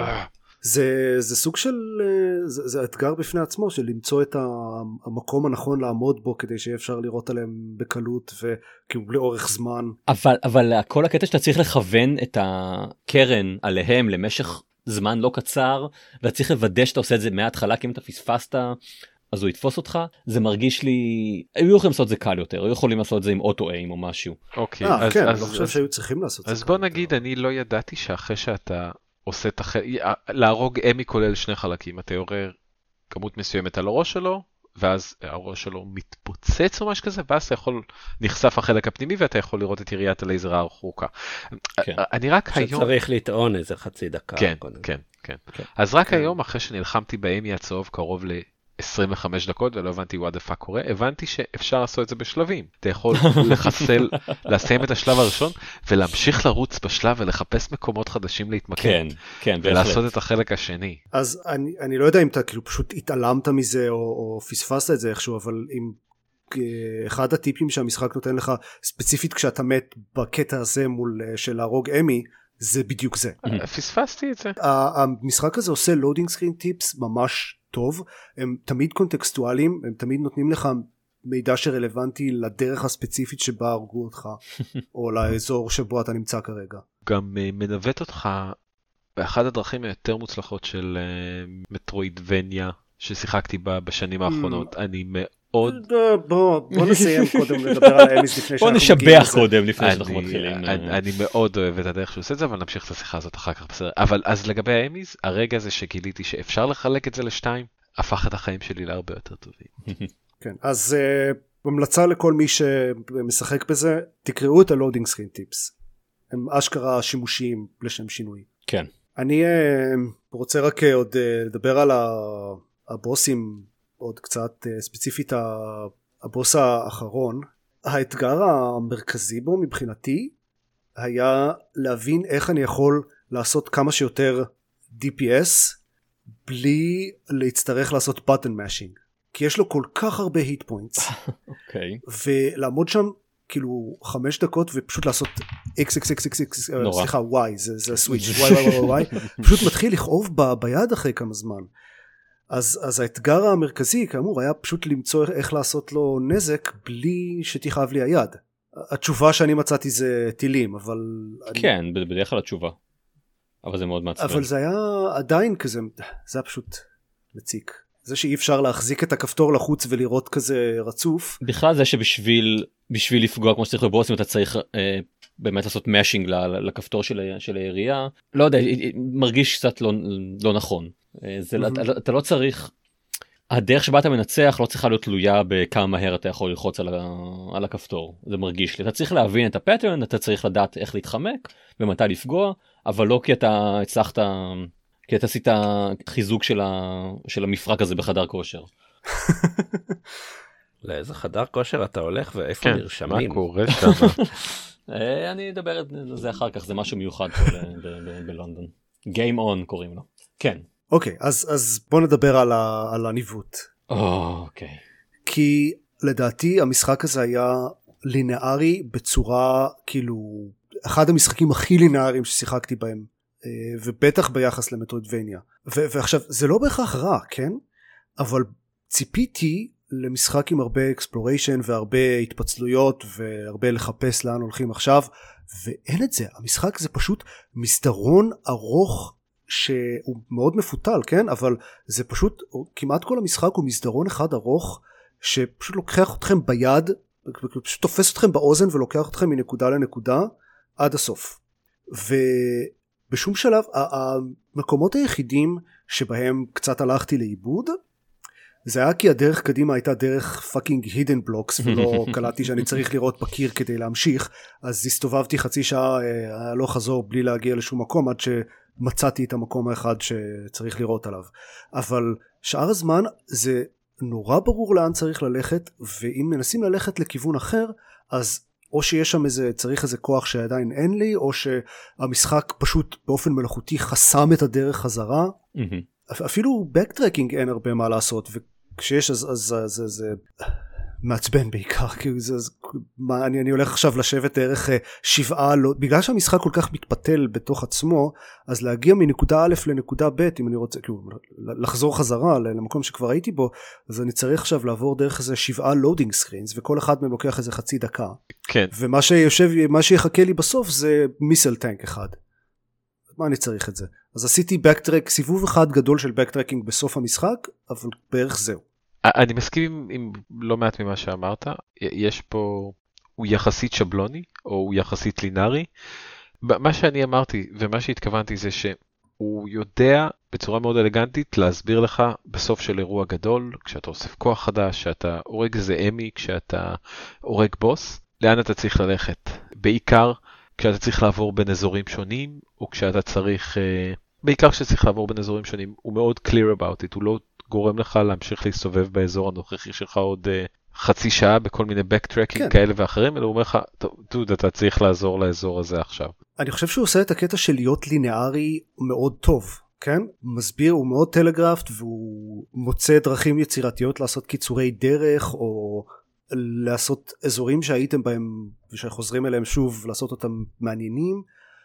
זה סוג של, זה אתגר בפני עצמו, של למצוא את המקום הנכון לעמוד בו, כדי שיהיה אפשר לראות עליהם בקלות, וכאילו לאורך זמן. אבל כל הקטע שאתה צריך לכוון את הקרן עליהם למשך זמן לא קצר, ואתה צריך לוודא שאתה עושה את זה מההתחלה, כי אם אתה פספסת, אז הוא יתפוס אותך. זה מרגיש לי, היו יכולים לעשות את זה קל יותר, היו יכולים לעשות את זה עם אוטו-איים או משהו. אוקיי, אה, כן, אני לא חושב שהיו צריכים לעשות את זה. אז בוא נגיד, אני לא ידעתי שאחרי שאתה עושה את החלק, להרוג אמי כולל שני חלקים, אתה יורה כמות מסוימת על הראש שלו, ואז הראש שלו מתפוצץ או משהו כזה, ואז אתה יכול, נחשף החלק הפנימי, ואתה יכול לראות את יריית הלייזר הרחוקה. אני רק היום... שצריך לטעון איזה חצי דקה. כן, כן, כן. אז רק היום, אחרי שנלחמתי באמי הצהוב קרוב ל-עשרים וחמש דקות, ולא הבנתי what the fuck קורה, הבנתי שאפשר לעשות את זה בשלבים. אתה יכול לחסל, לסיים את השלב הראשון, ולהמשיך לרוץ בשלב, ולחפש מקומות חדשים להתמקד. כן, כן, בהחלט. ולעשות את החלק השני. אז אני, אני לא יודע אם אתה כאילו פשוט התעלמת מזה, או, או פספסת את זה איכשהו, אבל אם אחד הטיפים שהמשחק נותן לך, ספציפית כשאתה מת בקטע הזה מול של להרוג אמי, זה בדיוק זה. פספסתי את זה. המשחק הזה עושה לודינג סקרין טיפס ממש טוב, הם תמיד קונטקסטואליים, הם תמיד נותנים לך מידע שרלוונטי לדרך הספציפית שבה הרגו אותך, או לאזור שבו אתה נמצא כרגע. גם מנווט אותך באחת הדרכים היותר מוצלחות של מטרואידבניה ששיחקתי בה בשנים האחרונות. אני מאוד... בוא נסיים קודם לדבר על האמיז לפני בוא נשבח קודם לפני שאנחנו מתחילים. אני מאוד אוהב את הדרך שהוא עושה את זה, אבל נמשיך את השיחה הזאת אחר כך בסדר. אבל אז לגבי האמיז, הרגע הזה שגיליתי שאפשר לחלק את זה לשתיים, הפך את החיים שלי להרבה יותר טובים. כן, אז המלצה לכל מי שמשחק בזה, תקראו את הלואודינג סקרין טיפס. הם אשכרה שימושיים לשם שינוי. כן. אני רוצה רק עוד לדבר על הבוסים עוד קצת, ספציפית הבוס האחרון. האתגר המרכזי בו מבחינתי היה להבין איך אני יכול לעשות כמה שיותר די פי אס בלי להצטרך לעשות button mashing, כי יש לו כל כך הרבה hit points. אוקיי. ולעמוד שם כאילו חמש דקות ופשוט לעשות x x x x x, סליחה, y, זה, זה סוויץ', y y y y, פשוט מתחיל לכאוב ב, ביד אחרי כמה זמן. אז, אז האתגר המרכזי כאמור היה פשוט למצוא איך לעשות לו נזק בלי שתכאב לי היד. התשובה שאני מצאתי זה טילים, אבל... כן, אני... בדרך כלל התשובה. אבל זה מאוד מעצבן. אבל זה היה עדיין כזה, זה היה פשוט מציק. זה שאי אפשר להחזיק את הכפתור לחוץ ולראות כזה רצוף. בכלל זה שבשביל בשביל לפגוע כמו שצריך בבוסים אתה צריך אה, באמת לעשות מאשינג לכפתור של, של העירייה. לא יודע, מרגיש קצת לא, לא נכון. אה, זה, mm-hmm. אתה, אתה לא צריך, הדרך שבה אתה מנצח לא צריכה להיות תלויה בכמה מהר אתה יכול ללחוץ על, ה, על הכפתור. זה מרגיש לי. אתה צריך להבין את הפטרן, אתה צריך לדעת איך להתחמק ומתי לפגוע, אבל לא כי אתה הצלחת... כי אתה עשית חיזוק של, ה... של המפרק הזה בחדר כושר. לאיזה חדר כושר אתה הולך ואיפה כן, נרשמים? מה קורה שם? אני אדבר על זה אחר כך, זה משהו מיוחד פה ב- ב- בלונדון. Game on קוראים לו. כן. אוקיי, אז, אז בוא נדבר על, ה... על הניווט. אוקיי. כי לדעתי המשחק הזה היה לינארי בצורה, כאילו, אחד המשחקים הכי לינאריים ששיחקתי בהם. ובטח ביחס למטרואידבניה. ו- ועכשיו זה לא בהכרח רע, כן? אבל ציפיתי למשחק עם הרבה אקספלוריישן והרבה התפצלויות והרבה לחפש לאן הולכים עכשיו, ואין את זה. המשחק זה פשוט מסדרון ארוך שהוא מאוד מפותל, כן? אבל זה פשוט, כמעט כל המשחק הוא מסדרון אחד ארוך שפשוט לוקח אתכם ביד, פשוט תופס אתכם באוזן ולוקח אתכם מנקודה לנקודה עד הסוף. ו... בשום שלב, המקומות היחידים שבהם קצת הלכתי לאיבוד, זה היה כי הדרך קדימה הייתה דרך פאקינג הידן בלוקס, ולא קלטתי שאני צריך לראות בקיר כדי להמשיך, אז הסתובבתי חצי שעה לא חזור בלי להגיע לשום מקום, עד שמצאתי את המקום האחד שצריך לראות עליו. אבל שאר הזמן זה נורא ברור לאן צריך ללכת, ואם מנסים ללכת לכיוון אחר, אז... או שיש שם איזה, צריך איזה כוח שעדיין אין לי, או שהמשחק פשוט באופן מלאכותי חסם את הדרך חזרה. Mm-hmm. אפילו בקטרקינג אין הרבה מה לעשות, וכשיש אז, אז, אז, אז זה מעצבן בעיקר, כי זה, אז, מה, אני, אני הולך עכשיו לשבת דרך שבעה, לא, בגלל שהמשחק כל כך מתפתל בתוך עצמו, אז להגיע מנקודה א' לנקודה ב', אם אני רוצה, כאילו, לחזור חזרה למקום שכבר הייתי בו, אז אני צריך עכשיו לעבור דרך איזה שבעה לואודינג סקרינס, וכל אחד מהם לוקח איזה חצי דקה. כן. ומה שיושב, מה שיחכה לי בסוף זה מיסל טנק אחד. מה אני צריך את זה? אז עשיתי בקטרק, סיבוב אחד גדול של בקטרקינג בסוף המשחק, אבל בערך זהו. אני מסכים עם לא מעט ממה שאמרת. יש פה, הוא יחסית שבלוני, או הוא יחסית לינארי. מה שאני אמרתי ומה שהתכוונתי זה שהוא יודע בצורה מאוד אלגנטית להסביר לך בסוף של אירוע גדול, כשאתה אוסף כוח חדש, כשאתה הורג איזה אמי, כשאתה הורג בוס, לאן אתה צריך ללכת. בעיקר כשאתה צריך לעבור בין אזורים שונים, או כשאתה צריך, בעיקר כשאתה צריך לעבור בין אזורים שונים, הוא מאוד clear about it, הוא לא גורם לך להמשיך להסתובב באזור הנוכחי שלך עוד uh, חצי שעה בכל מיני backtracking כן. כאלה ואחרים, אלא הוא אומר לך, דוד, אתה צריך לעזור לאזור הזה עכשיו. אני חושב שהוא עושה את הקטע של להיות לינארי מאוד טוב, כן? מסביר, הוא מאוד טלגרפט, והוא מוצא דרכים יצירתיות לעשות קיצורי דרך, או לעשות אזורים שהייתם בהם, ושחוזרים אליהם שוב, לעשות אותם מעניינים,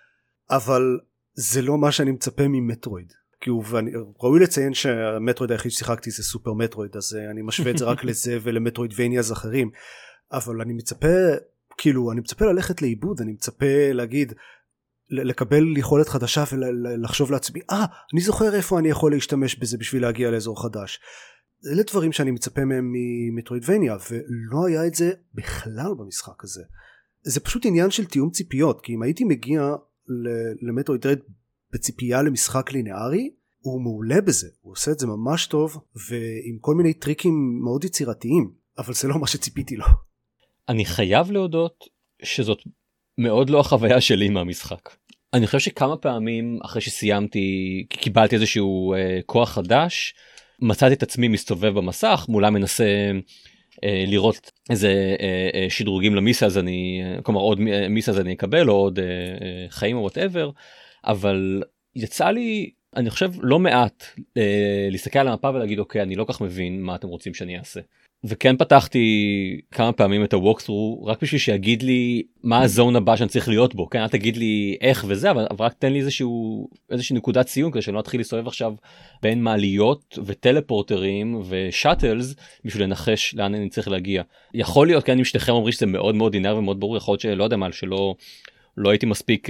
אבל זה לא מה שאני מצפה ממטרואיד. כי ראוי לציין שהמטרואיד היחיד ששיחקתי זה סופר מטרואיד, אז אני משווה את זה רק לזה ולמטרואידבניאז אחרים, אבל אני מצפה, כאילו, אני מצפה ללכת לאיבוד, אני מצפה להגיד, לקבל יכולת חדשה ולחשוב לעצמי, אה, אני זוכר איפה אני יכול להשתמש בזה בשביל להגיע לאזור חדש. אלה דברים שאני מצפה מהם ממטרוידבניה, ולא היה את זה בכלל במשחק הזה. זה פשוט עניין של תיאום ציפיות, כי אם הייתי מגיע למטרוידרד בציפייה למשחק לינארי, הוא מעולה בזה, הוא עושה את זה ממש טוב, ועם כל מיני טריקים מאוד יצירתיים, אבל זה לא מה שציפיתי לו. אני חייב להודות שזאת מאוד לא החוויה שלי מהמשחק. אני חושב שכמה פעמים אחרי שסיימתי, קיבלתי איזשהו אה, כוח חדש, מצאתי את עצמי מסתובב במסך, מולה מנסה אה, לראות איזה אה, אה, שדרוגים למיסה, אז אני, כלומר עוד מיסה אז אני אקבל, או עוד אה, אה, חיים או whatever, אבל יצא לי, אני חושב לא מעט, אה, להסתכל על המפה ולהגיד, אוקיי, אני לא כך מבין מה אתם רוצים שאני אעשה. וכן פתחתי כמה פעמים את ה-walkthrough, רק בשביל שיגיד לי מה הזון הבא שאני צריך להיות בו, כן, אל תגיד לי איך וזה, אבל, אבל רק תן לי איזשהו, איזושהי נקודת ציון, כדי שאני לא אתחיל להסתובב עכשיו בין מעליות וטלפורטרים ושאטלס, בשביל לנחש לאן אני צריך להגיע. יכול להיות, כן, אם שתיכם אומרים שזה מאוד מאוד דינר ומאוד ברור, יכול להיות שלא יודע מה, שלא לא הייתי מספיק,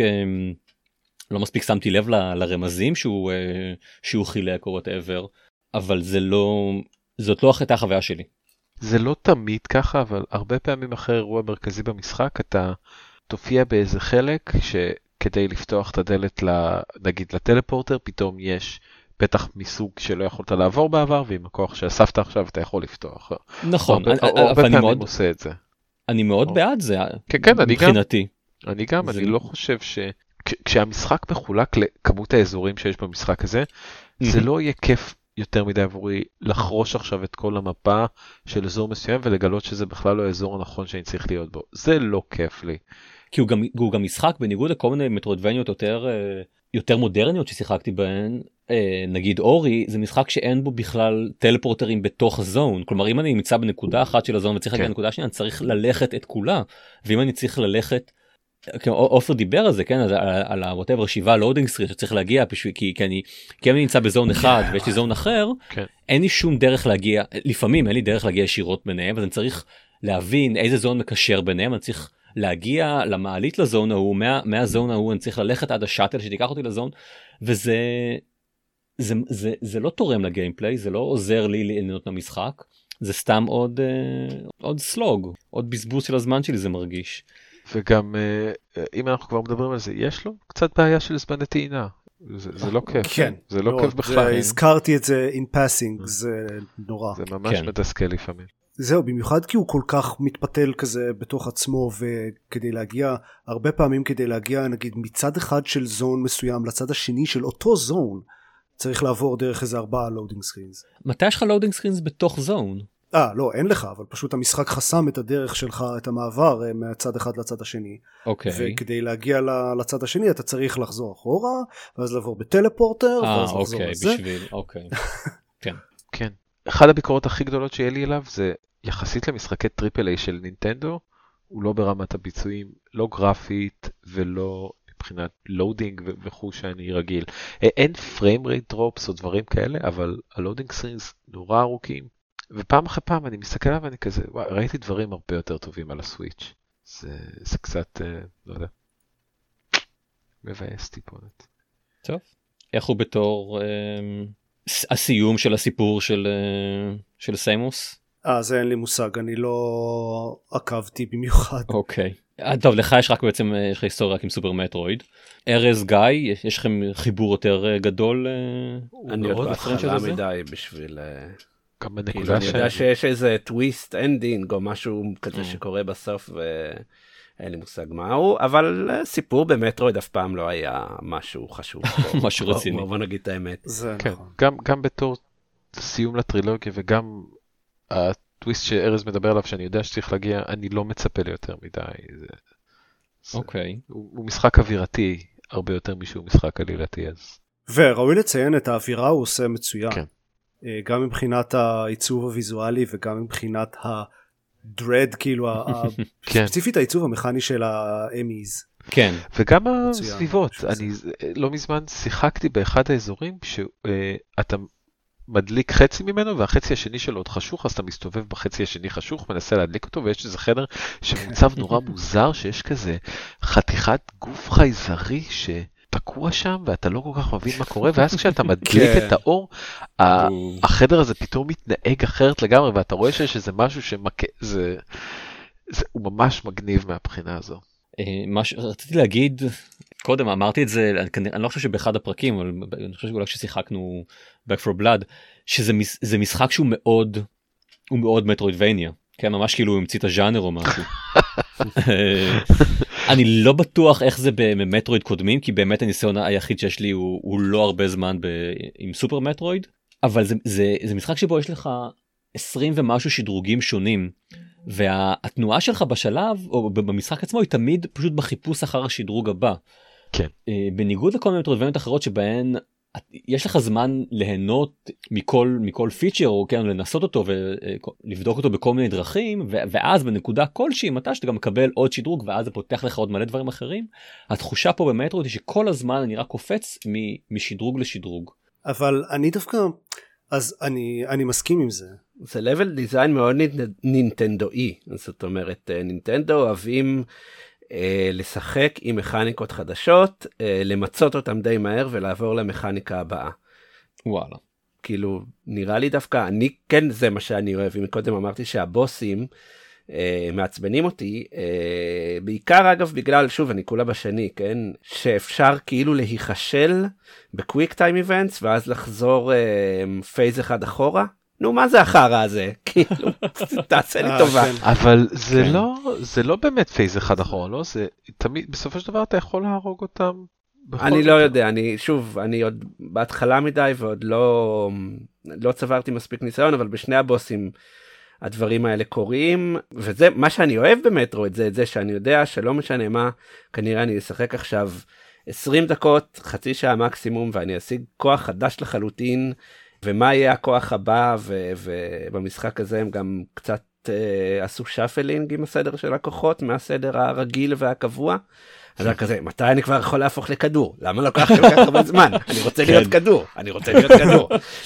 לא מספיק שמתי לב ל, לרמזים שהוא, שהוא חילק או whatever, אבל זה לא, זאת לא הייתה החוויה שלי. זה לא תמיד ככה, אבל הרבה פעמים אחרי אירוע מרכזי במשחק, אתה תופיע באיזה חלק שכדי לפתוח את הדלת, נגיד לטלפורטר, פתאום יש פתח מסוג שלא יכולת לעבור בעבר, ועם הכוח שאספת עכשיו אתה יכול לפתוח. נכון, הרבה פעמים עושה את זה. אני מאוד בעד זה, כן, כן, מבחינתי. אני גם, אני לא חושב ש... כשהמשחק מחולק לכמות האזורים שיש במשחק הזה, זה לא יהיה כיף יותר מדי עבורי לחרוש עכשיו את כל המפה של אזור מסוים ולגלות שזה בכלל לא האזור הנכון שאני צריך להיות בו. זה לא כיף לי. כי הוא גם, הוא גם משחק בניגוד לכל מיני מטרוידבניות יותר, יותר מודרניות ששיחקתי בהן, נגיד אורי, זה משחק שאין בו בכלל טלפורטרים בתוך הזון. כלומר, אם אני נמצא בנקודה אחת של הזון וצריך להגיע לנקודה שנייה, אני צריך ללכת את כולה. ואם אני צריך ללכת, אופר דיבר על זה, כן, על ה-whatever שבעה לואודינג סקרין שצריך להגיע, כי אני נמצא בזון אחד ויש לי זון אחר, אין לי שום דרך להגיע, לפעמים אין לי דרך להגיע ישירות ביניהם, אז אני צריך להבין איזה זון מקשר ביניהם, אני צריך להגיע למעלית לזון ההוא, מהזון ההוא אני צריך ללכת עד השאטל שתיקח אותי לזון, וזה זה, זה, זה לא תורם לגיימפליי, זה לא עוזר לי ליהנות מהמשחק, זה סתם עוד, עוד סלוג, עוד בזבוז של הזמן שלי זה מרגיש. וגם אם אנחנו כבר מדברים על זה, יש לו קצת בעיה של זמן טעינה. זה, זה לא כיף. כן. זה לא, לא כיף בכלל. הזכרתי את זה in passing, זה נורא. זה ממש כן. מתסכל לפעמים. זהו, במיוחד כי הוא כל כך מתפתל כזה בתוך עצמו, וכדי להגיע, הרבה פעמים כדי להגיע נגיד מצד אחד של זון מסוים לצד השני של אותו זון, צריך לעבור דרך איזה ארבעה לואודינג סקרינס. מתי יש לך לואודינג סקרינס בתוך זון? אה, לא, אין לך, אבל פשוט המשחק חסם את הדרך שלך, את המעבר מהצד אחד לצד השני. אוקיי. וכדי להגיע לצד השני, אתה צריך לחזור אחורה, ואז לעבור בטלפורטר, ואז לחזור לזה. אה, אוקיי, בשביל, אוקיי. כן. כן. אחד הביקורות הכי גדולות שיהיה לי אליו, זה יחסית למשחקי טריפל איי של נינטנדו, הוא לא ברמת הביצועים, לא גרפית, ולא מבחינת לואודינג וכו' שאני רגיל. אין פריים רייט דרופס או דברים כאלה, אבל הלואודינג סקרינס נורא ארוכים. ופעם אחרי פעם אני מסתכל עליו ואני כזה, וואי, ראיתי דברים הרבה יותר טובים על הסוויץ'. זה, זה קצת, לא יודע, מבאס טיפונת. טוב. איך הוא בתור אה, הסיום של הסיפור של, אה, של סיימוס? אה, זה אין לי מושג, אני לא עקבתי במיוחד. אוקיי. טוב, לך יש רק בעצם, יש לך היסטוריה רק עם סופר מטרואיד. ארז גיא, יש לכם חיבור יותר גדול? אני עוד בהתחלה מדי בשביל... כאילו אני יודע שיש איזה טוויסט אנדינג או משהו כזה שקורה בסוף ואין לי מושג מהו, אבל סיפור במטרואיד אף פעם לא היה משהו חשוב. משהו רציני. בוא נגיד את האמת. גם בתור סיום לטרילוגיה וגם הטוויסט שארז מדבר עליו שאני יודע שצריך להגיע, אני לא מצפה לי יותר מדי. אוקיי. הוא משחק אווירתי הרבה יותר משהו משחק עלילתי אז. וראוי לציין את האווירה הוא עושה מצוין. כן. גם מבחינת העיצוב הוויזואלי וגם מבחינת הדרד, כאילו, ספציפית העיצוב המכני של האמיז. כן. וגם הסביבות. אני לא מזמן שיחקתי באחד האזורים שאתה מדליק חצי ממנו, והחצי השני שלו עוד חשוך, אז אתה מסתובב בחצי השני חשוך, מנסה להדליק אותו, ויש איזה חדר שמוצב נורא מוזר, שיש כזה חתיכת גוף חייזרי שתקוע שם, ואתה לא כל כך מבין מה קורה, ואז כשאתה מדליק את האור, החדר הזה פתאום מתנהג אחרת לגמרי, ואתה רואה שיש איזה משהו שמכה, זה, זה, הוא ממש מגניב מהבחינה הזו. מה שרציתי להגיד, קודם אמרתי את זה, אני לא חושב שבאחד הפרקים, אבל אני חושב שאולי כששיחקנו Back for Blood, שזה משחק שהוא מאוד, הוא מאוד מטרוידבניה, כן, ממש כאילו הוא המציא את הז'אנר או משהו. אני לא בטוח איך זה במטרויד קודמים, כי באמת הניסיון היחיד שיש לי הוא, הוא לא הרבה זמן ב, עם סופר מטרויד, אבל זה, זה, זה משחק שבו יש לך עשרים ומשהו שדרוגים שונים, והתנועה שלך בשלב, או במשחק עצמו, היא תמיד פשוט בחיפוש אחר השדרוג הבא. כן. בניגוד לכל מיני מטרוידבניות אחרות שבהן יש לך זמן ליהנות מכל, מכל פיצ'ר, או כן, לנסות אותו ולבדוק אותו בכל מיני דרכים, ואז בנקודה כלשהי, מתי שאתה גם מקבל עוד שדרוג, ואז זה פותח לך עוד מלא דברים אחרים, התחושה פה במטרויד היא שכל הזמן אני רק קופץ משדרוג לשדרוג. אבל אני דווקא, אז אני, אני מסכים עם זה. זה level design מאוד נינטנדואי, זאת אומרת, נינטנדו אוהבים אה, לשחק עם מכניקות חדשות, אה, למצות אותם די מהר ולעבור למכניקה הבאה. וואלה. כאילו, נראה לי דווקא, אני כן זה מה שאני אוהב, אם קודם אמרתי שהבוסים אה, מעצבנים אותי, אה, בעיקר אגב בגלל, שוב, אני כולה בשני, כן, שאפשר כאילו להיחשל בקוויק טיים איבנטס, ואז לחזור אה, פייז אחד אחורה, נו, מה זה החרא הזה? כאילו, תעשה לי טובה. אבל זה לא, זה לא באמת פייז אחד אחורה, לא? זה תמיד, בסופו של דבר אתה יכול להרוג אותם. אני לא יודע, אני, שוב, אני עוד בהתחלה מדי, ועוד לא, לא צברתי מספיק ניסיון, אבל בשני הבוסים הדברים האלה קורים, וזה, מה שאני אוהב במטרויד, זה את זה שאני יודע שלא משנה מה, כנראה אני אשחק עכשיו עשרים דקות, חצי שעה מקסימום, ואני אשיג כוח חדש לחלוטין, ומה יהיה הכוח הבא, ו- ובמשחק הזה הם גם קצת אה, עשו שפלינג עם הסדר של הכוחות, מהסדר הרגיל והקבוע. אז זה כזה, מתי אני כבר יכול להפוך לכדור? למה לוקח כל כך הרבה זמן? אני רוצה להיות כדור, אני רוצה להיות כדור.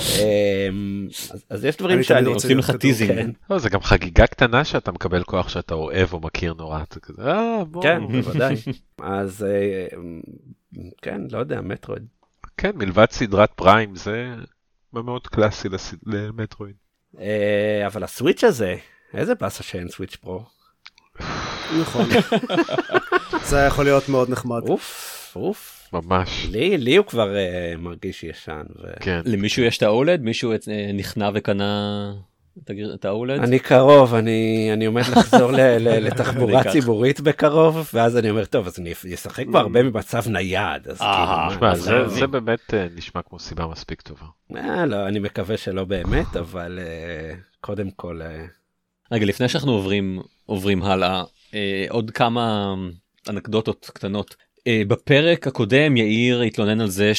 אז, אז יש דברים שאני רוצה עושים לך טיזינג. כן. לא, זה גם חגיגה קטנה שאתה מקבל כוח שאתה אוהב או מכיר נורא. כזה, אה, בוא. כן, בוודאי. אז אה, כן, לא יודע, מטרויד. כן, מלבד סדרת פריים, זה מאוד קלאסי למטרויד. אבל הסוויץ' הזה, איזה באסה שאין סוויץ' פרו. נכון. זה יכול להיות מאוד נחמד. אוף, אוף. ממש. לי, לי הוא כבר uh, מרגיש ישן. ו... כן. למישהו יש את האולד? מישהו נכנע וקנה את האולד? אני קרוב, אני, אני עומד לחזור ל, ל, לתחבורה ציבורית בקרוב, ואז אני אומר, טוב, אז אני אשחק כבר הרבה במצב נייד. אז כאילו, זה, זה באמת נשמע כמו סיבה מספיק טובה. אה, לא, אני מקווה שלא באמת, אבל uh, קודם כל... Uh... רגע, לפני שאנחנו עוברים, עוברים הלאה, אה, עוד כמה אנקדוטות קטנות. אה, בפרק הקודם יאיר התלונן על זה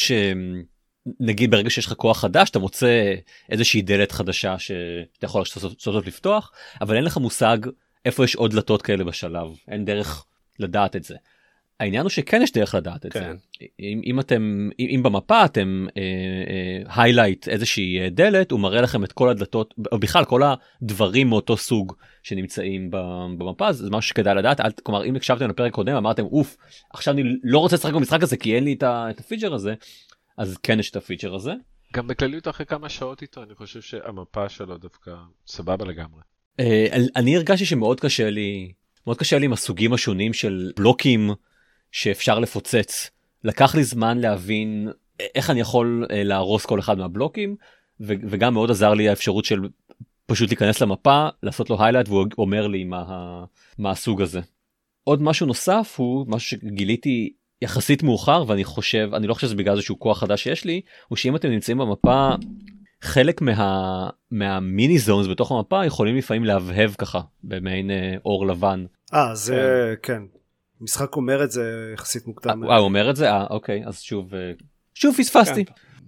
שנגיד ברגע שיש לך כוח חדש, אתה מוצא איזושהי דלת חדשה שאתה יכול סוף סוף לפתוח, אבל אין לך מושג איפה יש עוד דלתות כאלה בשלב. אין דרך לדעת את זה. העניין הוא שכן יש דרך לדעת את כן. זה. אם, אם אתם, אם, אם במפה אתם היילייט אה, אה, איזושהי דלת, הוא מראה לכם את כל הדלתות, או בכלל כל הדברים מאותו סוג שנמצאים במפה, זה משהו שכדאי לדעת. אל, כלומר, אם הקשבתם לפרק קודם, אמרתם, אוף, עכשיו אני לא רוצה לשחק במשחק הזה, כי אין לי את, ה, את הפיצ'ר הזה, אז כן יש את הפיצ'ר הזה. גם בכלליות אחרי כמה שעות איתו, אני חושב שהמפה שלו דווקא סבבה לגמרי. אה, אני הרגשתי שמאוד קשה לי, מאוד קשה לי עם הסוגים השונים של בלוקים, שאפשר לפוצץ. לקח לי זמן להבין איך אני יכול להרוס כל אחד מהבלוקים, ו- וגם מאוד עזר לי האפשרות של פשוט להיכנס למפה, לעשות לו highlight, והוא אומר לי מה, מה הסוג הזה. עוד משהו נוסף הוא, משהו שגיליתי יחסית מאוחר, ואני חושב, אני לא חושב שזה בגלל איזשהו כוח חדש שיש לי, הוא שאם אתם נמצאים במפה, חלק מה, מהמיני זונס בתוך המפה, יכולים לפעמים להבהב ככה, במעין אור לבן. אה, זה, כן. משחק אומר את זה יחסית מוקדם. אה, הוא אומר את זה? אה, אוקיי, אז שוב, שוב פספסתי.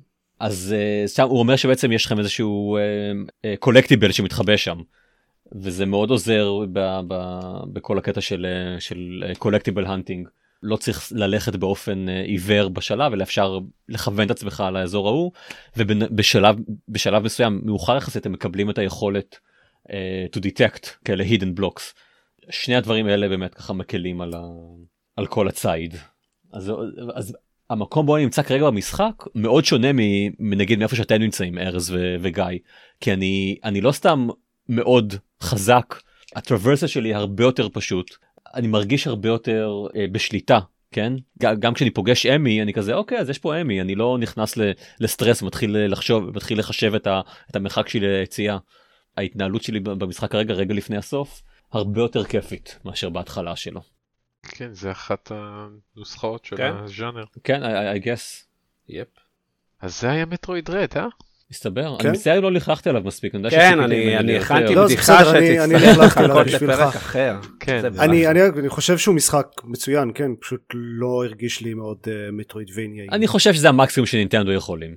אז שם הוא אומר שבעצם יש לכם איזשהו קולקטיבל שמתחבא שם, וזה מאוד עוזר בכל הקטע של קולקטיבל הנטינג. לא צריך ללכת באופן עיוור בשלב, אלא אפשר לכוון את עצמך על האזור ההוא, ובשלב בשלב מסוים, מאוחר יחסית, הם מקבלים את היכולת uh, to detect כאלה hidden blocks. שני הדברים האלה באמת ככה מקלים על, ה, על כל הציד. אז, אז המקום בו אני נמצא כרגע במשחק, מאוד שונה מנגיד מאיפה שאתם נמצאים, ארז ו- וגיא, כי אני, אני לא סתם מאוד חזק, הטרוורסה שלי הרבה יותר פשוט, אני מרגיש הרבה יותר אה, בשליטה, כן? גם כשאני פוגש אמי, אני כזה, אוקיי, אז יש פה אמי, אני לא נכנס ל- לסטרס, מתחיל לחשוב, מתחיל לחשב את, ה- את המרחק שלי ליציאה. ההתנהלות שלי במשחק כרגע, רגע לפני הסוף, הרבה יותר כיפית מאשר בהתחלה שלו. כן, זה אחת הנוסחאות של כן? הז'אנר. כן, I, I guess. יפ. אז זה היה מטרואיד רד, אה? מסתבר, כן? אני מצטער לא לכלכתי עליו מספיק. כן, אני אני הכנתי לא, זה בדיחה בסדר, אני- אני שתצטרך לכלכתי עליו לחכות בשבילך. לפרק אחר. כן. זה אני, ממש- אני, אני חושב שהוא משחק מצוין, כן, פשוט לא הרגיש לי מאוד uh, מטרואידבניה. אני חושב שזה המקסימום שנינטנדו יכולים.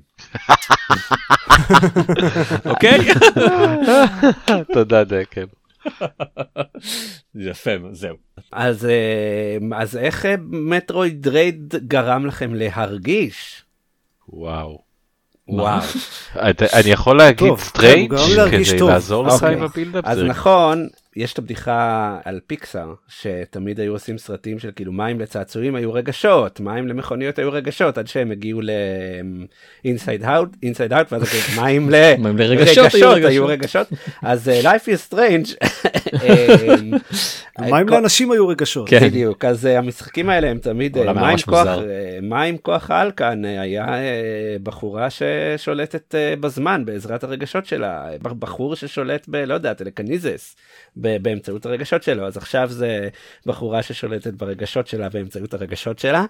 אוקיי? תודה דקל. יפה, זהו. אז אה, אז איך אה, מטרואיד רד גרם לכם להרגיש? וואו. וואו. אתה- אני יכול להגיד טוב, סטרייג' כן, הוא גם להרגיש כדי טוב. לעזור לך אוקיי. עם הבילדאפ? אז זה- נכון, יש את הבדיחה על פיקסאר, שתמיד היו עושים סרטים של כאילו מים לצעצועים היו רגשות, מים למכוניות היו רגשות, עד שהם הגיעו ל-inside out, inside out, ואז כאילו, מים ל- מים לרגשות היו רגשות היו רגשות. רגשות. אז אה, Life is Strange, אה, מים כל- לאנשים היו רגשות. כן. בדיוק, אז אה, המשחקים האלה הם תמיד, אה, עולם מה עם ממש כוח, מוזר. אה, מה עם כוח העל כאן, אה, היה אה, בחורה ששולטת אה, בזמן בעזרת הרגשות שלה, אה, בחור ששולט ב, לא יודע, טלקניזס, ב- באמצעות הרגשות שלו, אז עכשיו זה בחורה ששולטת ברגשות שלה באמצעות הרגשות שלה,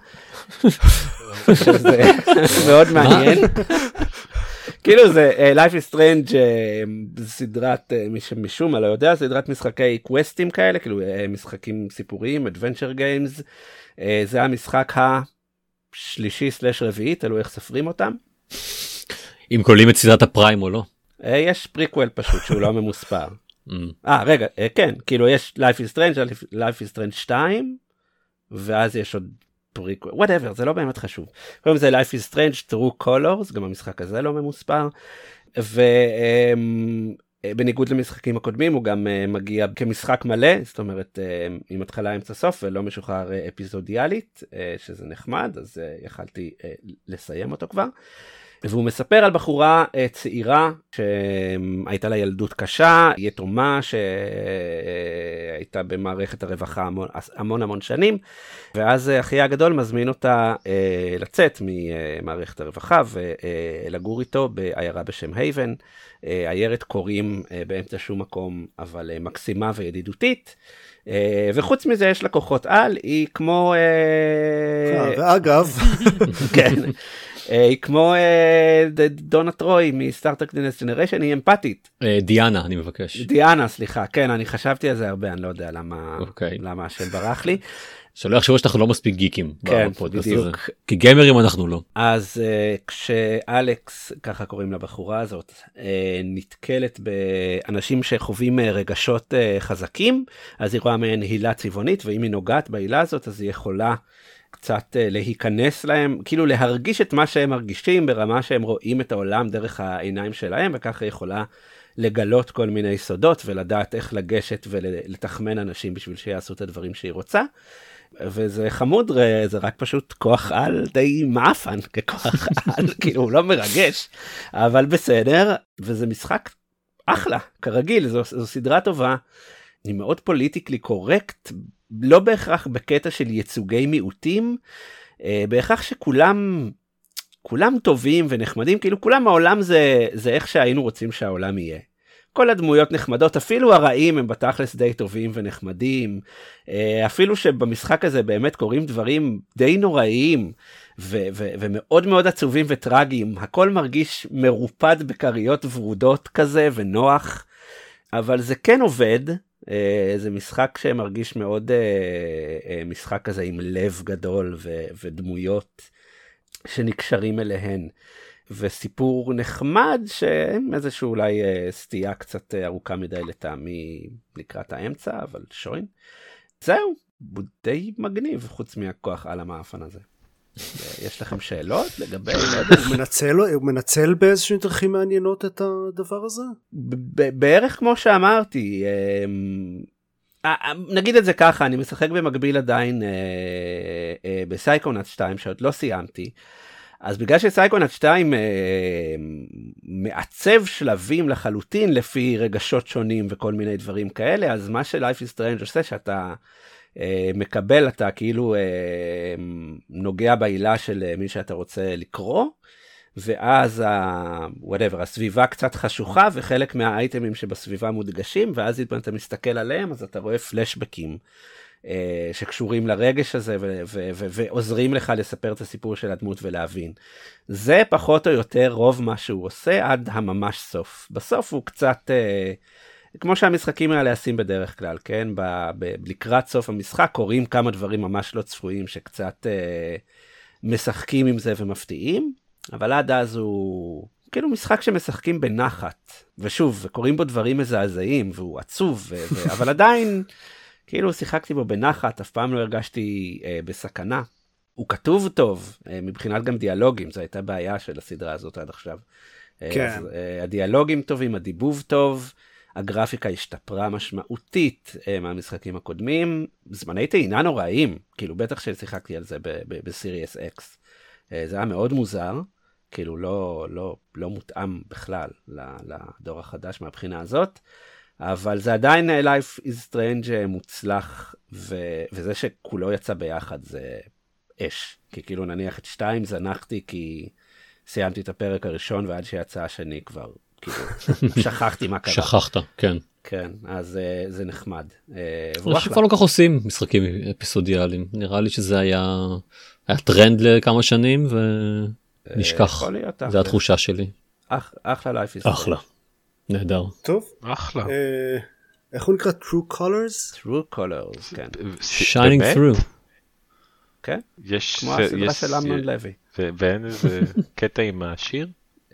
שזה מאוד מעניין. כאילו זה uh, Life is Strange, uh, סדרת, uh, מי שמשום מה לא יודע, סדרת משחקי קווסטים כאלה, כאילו uh, משחקים סיפוריים, Adventure Games, uh, זה המשחק השלישי סלש רביעי, תלוי איך ספרים אותם. אם כוללים את סדרת הפריים או לא. Uh, יש פריקוול פשוט שהוא לא ממוספר. Mm. אה רגע, uh, כן, כאילו יש Life is Strange, Life is Strange שתיים, ואז יש עוד פריקוול, whatever, זה לא באמת חשוב. קודם זה Life is Strange, True Colors, גם המשחק הזה לא ממוספר, ובניגוד למשחקים הקודמים הוא גם uh, מגיע כמשחק מלא, זאת אומרת uh, עם התחלה אמצע סוף ולא משוחרר uh, אפיזודיאלית, uh, שזה נחמד, אז uh, יכלתי uh, לסיים אותו כבר. והוא מספר על בחורה uh, צעירה שהייתה לה ילדות קשה, יתומה שהייתה במערכת הרווחה המון המון, המון שנים, ואז uh, אחיה הגדול מזמין אותה uh, לצאת ממערכת הרווחה ולגור איתו בעיירה בשם הייבן. uh, עיירת קוראים uh, באמצע שום מקום, אבל uh, מקסימה וידידותית. Uh, וחוץ מזה יש לה כוחות על, היא כמו... Uh, אה, ואגב, כן. היא כמו דונה טרוי מסטארטרק דה נקסט ג'נריישן, היא אמפתית. דיאנה, אני מבקש. דיאנה, סליחה, כן, אני חשבתי על זה הרבה, אני לא יודע למה אוקיי. למה השם ברח לי. שלא יחשבו שאנחנו לא מספיק גיקים כן, בפודקאסט הזה. בדיוק. כי גיימרים אנחנו לא. אז uh, כשאלכס, ככה קוראים לבחורה הזאת, uh, נתקלת באנשים שחווים uh, רגשות uh, חזקים, אז היא רואה מהן הילה צבעונית, ואם היא נוגעת בהילה הזאת, אז היא יכולה קצת uh, להיכנס להם, כאילו להרגיש את מה שהם מרגישים, ברמה שהם רואים את העולם דרך העיניים שלהם, וככה היא יכולה לגלות כל מיני סודות, ולדעת איך לגשת ולתחמן אנשים בשביל שיעשו את הדברים שהיא רוצה. וזה חמוד, זה רק פשוט כוח על די מאפן ככוח על, כאילו הוא לא מרגש, אבל בסדר, וזה משחק אחלה, כרגיל, זו, זו סדרה טובה, היא מאוד פוליטיקלי קורקט, לא בהכרח בקטע של ייצוגי מיעוטים, בהכרח שכולם, כולם טובים ונחמדים, כאילו כולם העולם זה, זה איך שהיינו רוצים שהעולם יהיה. כל הדמויות נחמדות, אפילו הרעים הם בתכלס די טובים ונחמדים, אפילו שבמשחק הזה באמת קורים דברים די נוראיים, ו- ו- ומאוד מאוד עצובים וטרגיים, הכל מרגיש מרופד בקריות ורודות כזה ונוח, אבל זה כן עובד, זה משחק שמרגיש מאוד משחק כזה עם לב גדול ו- ודמויות שנקשרים אליהן. וסיפור נחמד שהם איזשהו אולי אה, סטייה קצת ארוכה מדי לטעמי לקראת האמצע, אבל שוין. זהו, הוא די מגניב חוץ מהכוח על המאפן הזה. יש לכם שאלות לגבי... הוא מנצל, הוא מנצל באיזשהו דרכים מעניינות את הדבר הזה? בערך כמו שאמרתי, נגיד את זה ככה, אני משחק במקביל עדיין בסייקונאט שתיים שעוד לא סיימתי, אז בגלל שסייקונאט שתיים מעצב שלבים לחלוטין לפי רגשות שונים וכל מיני דברים כאלה, אז מה ש-Life is Strange עושה שאתה מקבל, אתה כאילו נוגע בעילה של מי שאתה רוצה לקרוא, ואז ה- whatever, הסביבה קצת חשוכה, וחלק מהאייטמים שבסביבה מודגשים, ואז אם אתה מסתכל עליהם, אז אתה רואה פלשבקים אה, שקשורים לרגש הזה, ו- ו- ו- ועוזרים לך לספר את הסיפור של הדמות ולהבין. זה פחות או יותר רוב מה שהוא עושה, עד הממש סוף. בסוף הוא קצת, אה, כמו שהמשחקים האלה עושים בדרך כלל, כן? ב- ב- לקראת סוף המשחק, קוראים כמה דברים ממש לא צפויים, שקצת אה, משחקים עם זה ומפתיעים, אבל עד אז הוא כאילו משחק שמשחקים בנחת, ושוב, וקוראים בו דברים מזעזעים, והוא עצוב, ו- ו- אבל עדיין, כאילו שיחקתי בו בנחת, אף פעם לא הרגשתי אה, בסכנה. הוא כתוב טוב, אה, מבחינת גם דיאלוגים, זו הייתה בעיה של הסדרה הזאת עד עכשיו. כן. אז, אה, הדיאלוגים טובים, הדיבוב טוב, הגרפיקה השתפרה משמעותית אה, מהמשחקים הקודמים, זמני טעינה נוראים, כאילו בטח ששיחקתי על זה בסיריוס אקס. זה היה מאוד מוזר, כאילו לא, לא, לא מותאם בכלל לדור החדש מהבחינה הזאת, אבל זה עדיין Life is Strange מוצלח, ו- וזה שכולו יצא ביחד זה אש, כי כאילו נניח את שתיים זנחתי כי סיימתי את הפרק הראשון, ועד שיצא השני כבר, כאילו, שכחתי מה קרה. שכחת, כן. כן, אז זה נחמד. אני חושב כבר לא כך עושים משחקים אפיסודיאליים, נראה לי שזה היה, היה טרנד לכמה שנים ונשכח, זה התחושה שלי. אחלה Life is Strange. אחלה, נהדר. טוב. אחלה. איך הוא נקרא? True Colors? True Colors, כן. Shining Through. כן, יש, כמו הסדרה של אמנון לוי. ואין איזה קטע עם השיר?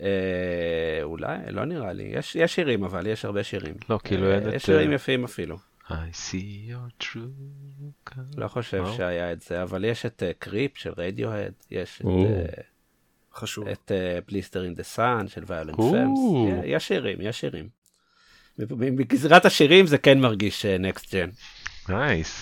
אולי, לא נראה לי. יש שירים, אבל יש הרבה שירים. לא, כאילו אין את... יש שירים יפים אפילו. I see your true colors. לא חושב שהיה את זה, אבל יש את קריפ של רדיוהד, יש חשוב. את בליסטר אין דה סאן של ויולנט פמס. יש שירים, יש שירים. בגזרת השירים זה כן מרגיש נקסט ג'ן. נייס.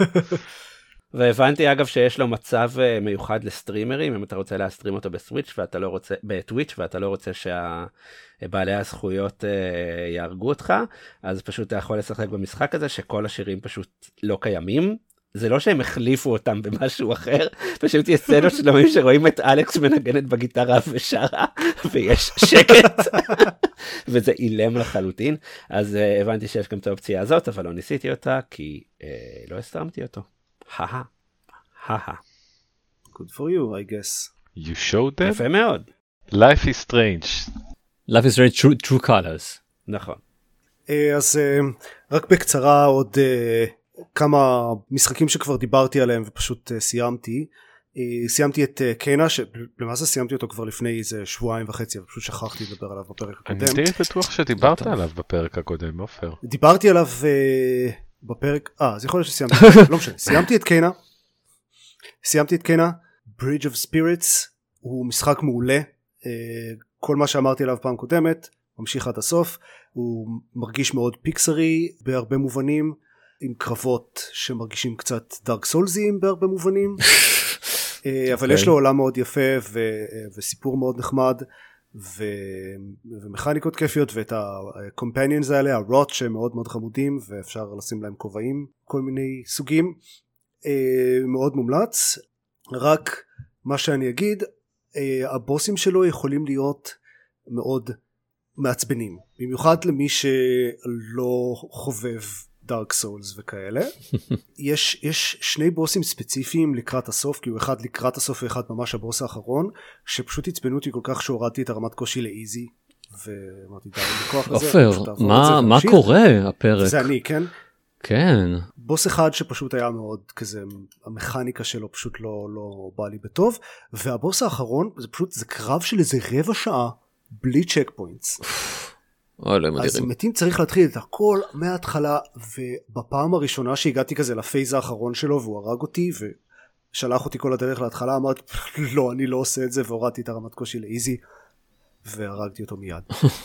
והבנתי אגב שיש לו מצב מיוחד לסטרימרים, אם אתה רוצה להסטרים אותו בסוויץ' ואתה לא רוצה, בטוויץ' ואתה לא רוצה שבעלי הזכויות יארגו אותך, אז פשוט אתה יכול לשחק במשחק הזה שכל השירים פשוט לא קיימים. זה לא שהם החליפו אותם במשהו אחר, פשוט יש סצנות שלמים שרואים את אלכס מנגנת בגיטרה ושרה, ויש שקט, וזה אילם לחלוטין. אז הבנתי שיש גם את האופציה הזאת, אבל לא ניסיתי אותה, כי לא הסתרמתי אותו. הא הא. Good for you, I guess. You showed them? יפה מאוד. Life is strange. Life is strange, true, true colors. נכון. אז רק בקצרה עוד כמה משחקים שכבר דיברתי עליהם ופשוט סיימתי. סיימתי את קיינה, שלמעשה סיימתי אותו כבר לפני איזה שבועיים וחצי, אבל פשוט שכחתי לדבר עליו בפרק הקודם. אני די בטוח שדיברת עליו בפרק הקודם, עופר. דיברתי עליו בפרק, אה, אז יכול להיות שסיימתי, לא משנה, סיימתי את קיינה, סיימתי את קיינה, Bridge of Spirits, הוא משחק מעולה, כל מה שאמרתי עליו פעם קודמת, ממשיך עד הסוף, הוא מרגיש מאוד פיקסרי בהרבה מובנים, עם קרבות שמרגישים קצת דארק סולזיים בהרבה מובנים, אבל יש לו עולם מאוד יפה וסיפור מאוד נחמד, ומכניקות כיפיות, ואת ה-companions האלה, הרוט שהם מאוד מאוד חמודים, ואפשר לשים להם כובעים, כל מיני סוגים, מאוד מומלץ. רק מה שאני אגיד, הבוסים שלו יכולים להיות מאוד מעצבנים, במיוחד למי שלא חובב דארק סולס וכאלה. יש, יש שני בוסים ספציפיים לקראת הסוף, כי הוא אחד לקראת הסוף ואחד ממש הבוס האחרון, שפשוט הצבנו אותי כל כך שהורדתי את הרמת קושי לאיזי, ואמרתי די בכוח הזה. עופר, מה, מה קורה הפרק? זה אני, כן? כן. בוס אחד שפשוט היה מאוד כזה, המכניקה שלו פשוט לא, לא בא לי בטוב, והבוס האחרון, זה פשוט, זה קרב של איזה רבע שעה, בלי צ'ק פוינטס. אז עם מתים צריך להתחיל את הכל מההתחלה, ובפעם הראשונה שהגעתי כזה לפייז האחרון שלו והוא הרג אותי ושלח אותי כל הדרך להתחלה, אמרתי לא, אני לא עושה את זה, והורדתי את הרמת קושי לאיזי והרגתי אותו מיד.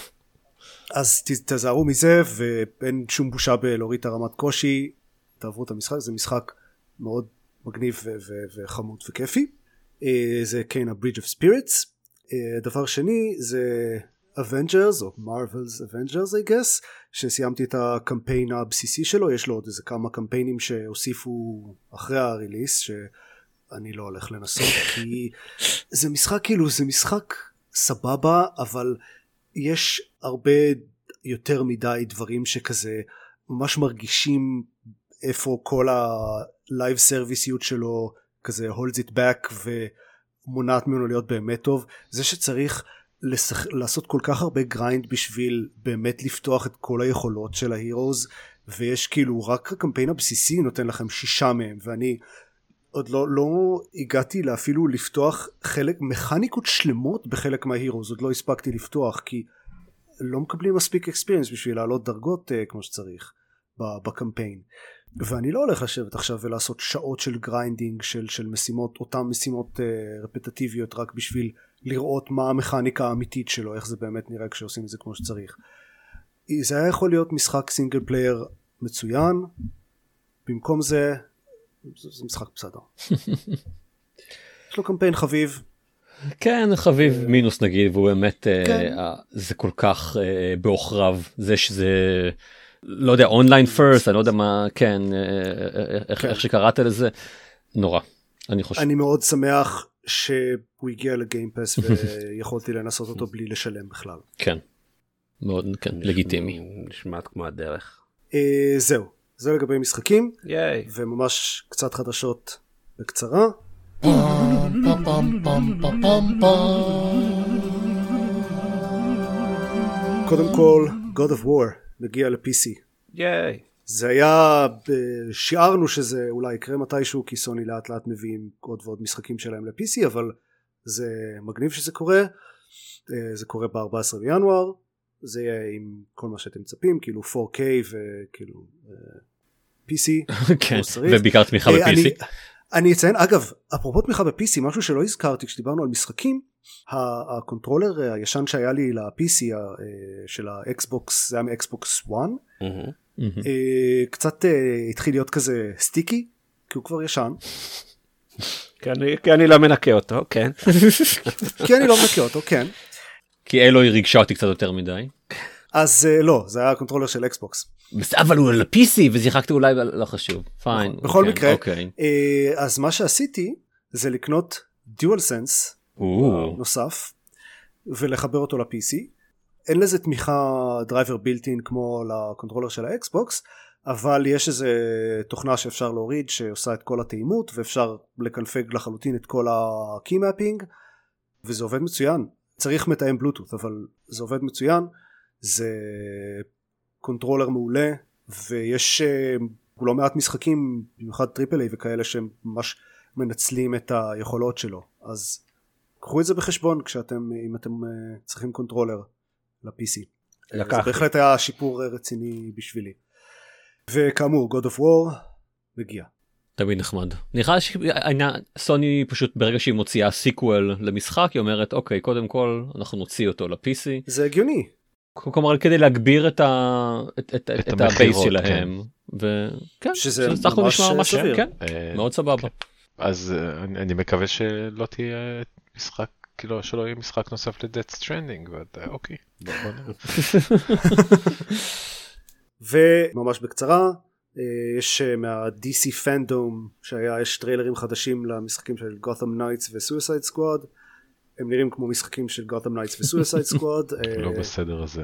אז תזהרו מזה, ואין שום בושה בלהוריד את הרמת קושי, תעברו את המשחק, זה משחק מאוד מגניב וחמוד וכיפי. זה כן ה-Bridge of Spirits. דבר שני זה Avengers או Marvel's Avengers I guess, שסיימתי את הקמפיין הבסיסי שלו, יש לו עוד איזה כמה קמפיינים שהוסיפו אחרי הריליס שאני לא הולך לנסות, כי זה משחק כאילו, זה משחק סבבה, אבל יש הרבה יותר מדי דברים שכזה ממש מרגישים איפה כל ה-live serviceיות שלו כזה holds it back ומונעת ממנו להיות באמת טוב. זה שצריך לשח... לעשות כל כך הרבה גריינד בשביל באמת לפתוח את כל היכולות של ההירוז, ויש כאילו רק הקמפיין הבסיסי נותן לכם שישה מהם, ואני עוד לא, לא הגעתי לאפילו לפתוח חלק מכניקות שלמות בחלק מההירוז, עוד לא הספקתי לפתוח כי לא מקבלים מספיק אקספיריינס בשביל לעלות דרגות uh, כמו שצריך בקמפיין. ואני לא הולך לשבת עכשיו ולעשות שעות של גריינדינג של, של משימות, אותן משימות uh, רפטטיביות רק בשביל לראות מה המכניקה האמיתית שלו, איך זה באמת נראה כשעושים את זה כמו שצריך. זה היה יכול להיות משחק סינגל פלייר מצוין, במקום זה זה, זה משחק בסדר. יש לו קמפיין חביב. כן, חביב מינוס נגיד, והוא באמת, כן. uh, זה כל כך uh, באוכריו, זה שזה לא יודע, אונליין פרסט, אני לא יודע מה, כן, איך, איך שקראת לזה, נורא, אני חושב. אני מאוד שמח שהוא הגיע לגיימפס ויכולתי לנסות אותו בלי לשלם בכלל. כן, מאוד, כן, לגיטימי. נשמעת כמו הדרך. זהו, זה לגבי משחקים, ייי. וממש קצת חדשות בקצרה. קודם כל, God of War מגיע ל-פי סי. ייי. זה היה, שיערנו שזה אולי יקרה מתישהו, כי סוני לאט לאט מביאים עוד ועוד משחקים שלהם ל-פי סי, אבל זה מגניב שזה קורה. זה קורה ב-ארבעה עשר בינואר, זה יהיה עם כל מה שאתם מצפים, כאילו פור קיי וכאילו פי סי. כן, ובעיקר תמיכה ב-פי סי. אני אציין, אגב, אפרופו תמיכה ב-פי סי, משהו שלא הזכרתי כשדיברנו על משחקים, הקונטרולר הישן שהיה לי ל-פי סי של האקסבוקס, זה היה מאקסבוקס אחת, קצת התחיל להיות כזה סטיקי, כי הוא כבר ישן. כי אני לא מנקה אותו, כן. כי אני לא מנקה אותו, כן. כי אלוהי ריגשה אותי קצת יותר מדי. אז לא, זה היה הקונטרולר של אקסבוקס. אבל הוא ל-פי סי ושיחקתי אולי לא חשוב. פיין. בכל מקרה, אז מה שעשיתי זה לקנות דיואל סנס נוסף ולחבר אותו ל-פי סי. אין לזה תמיכה דרייבר בילטין כמו לקונטרולר של האקסבוקס, אבל יש איזה תוכנה שאפשר להוריד שעושה את כל התאימות, ואפשר לקנפג לחלוטין את כל ה-key mapping, וזה עובד מצוין. צריך מתאם בלוטות, אבל זה עובד מצוין. זה קונטרולר מעולה, ויש לא מעט משחקים, במיוחד טריפל איי וכאלה, שהם ממש מנצלים את היכולות שלו. אז קחו את זה בחשבון כשאתם, אם אתם צריכים קונטרולר ל-פי סי. זה בהחלט היה שיפור רציני בשבילי. וכאמור, God of War מגיע. תמיד נחמד. נראה שסוני פשוט ברגע שהיא מוציאה סיקוול למשחק, היא אומרת, אוקיי, קודם כל אנחנו נוציא אותו ל-פי סי. זה הגיוני. כלומר, כדי להגביר את הבייס שלהם. וכן, שזה ממש סביר. מאוד סבבה. אז אני מקווה שלא תהיה משחק, כאילו שלא יהיה משחק נוסף ל-Death Stranding, ואוקיי, בוא נראה. וממש בקצרה, יש מה-די סי פנדום שהיה, יש טריילרים חדשים למשחקים של Gotham Knights ו-Suicide Squad. הם נראים כמו משחקים של Gotham Knights ו-Suicide Squad. לא בסדר הזה.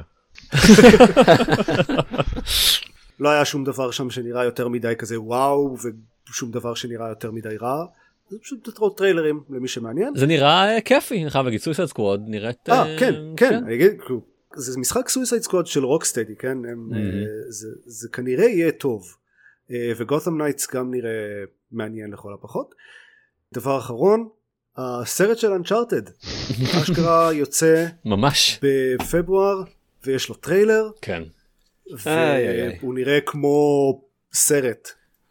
לא היה שום דבר שם שנראה יותר מדי כזה וואו, ושום דבר שנראה יותר מדי רע. זה פשוט תתראות טריילרים למי שמעניין. זה נראה כיפי, אני חייב להגיד, Suicide Squad נראית... אה, כן, כן, אני אגיד, זה משחק Suicide Squad של רוקסטדי, כן? זה כנראה יהיה טוב. וגותם נייטס גם נראה מעניין לכל הפחות. דבר אחרון, הסרט של Uncharted, אשכרה יוצא ממש בפברואר, ויש לו טריילר, כן. והוא נראה כמו סרט.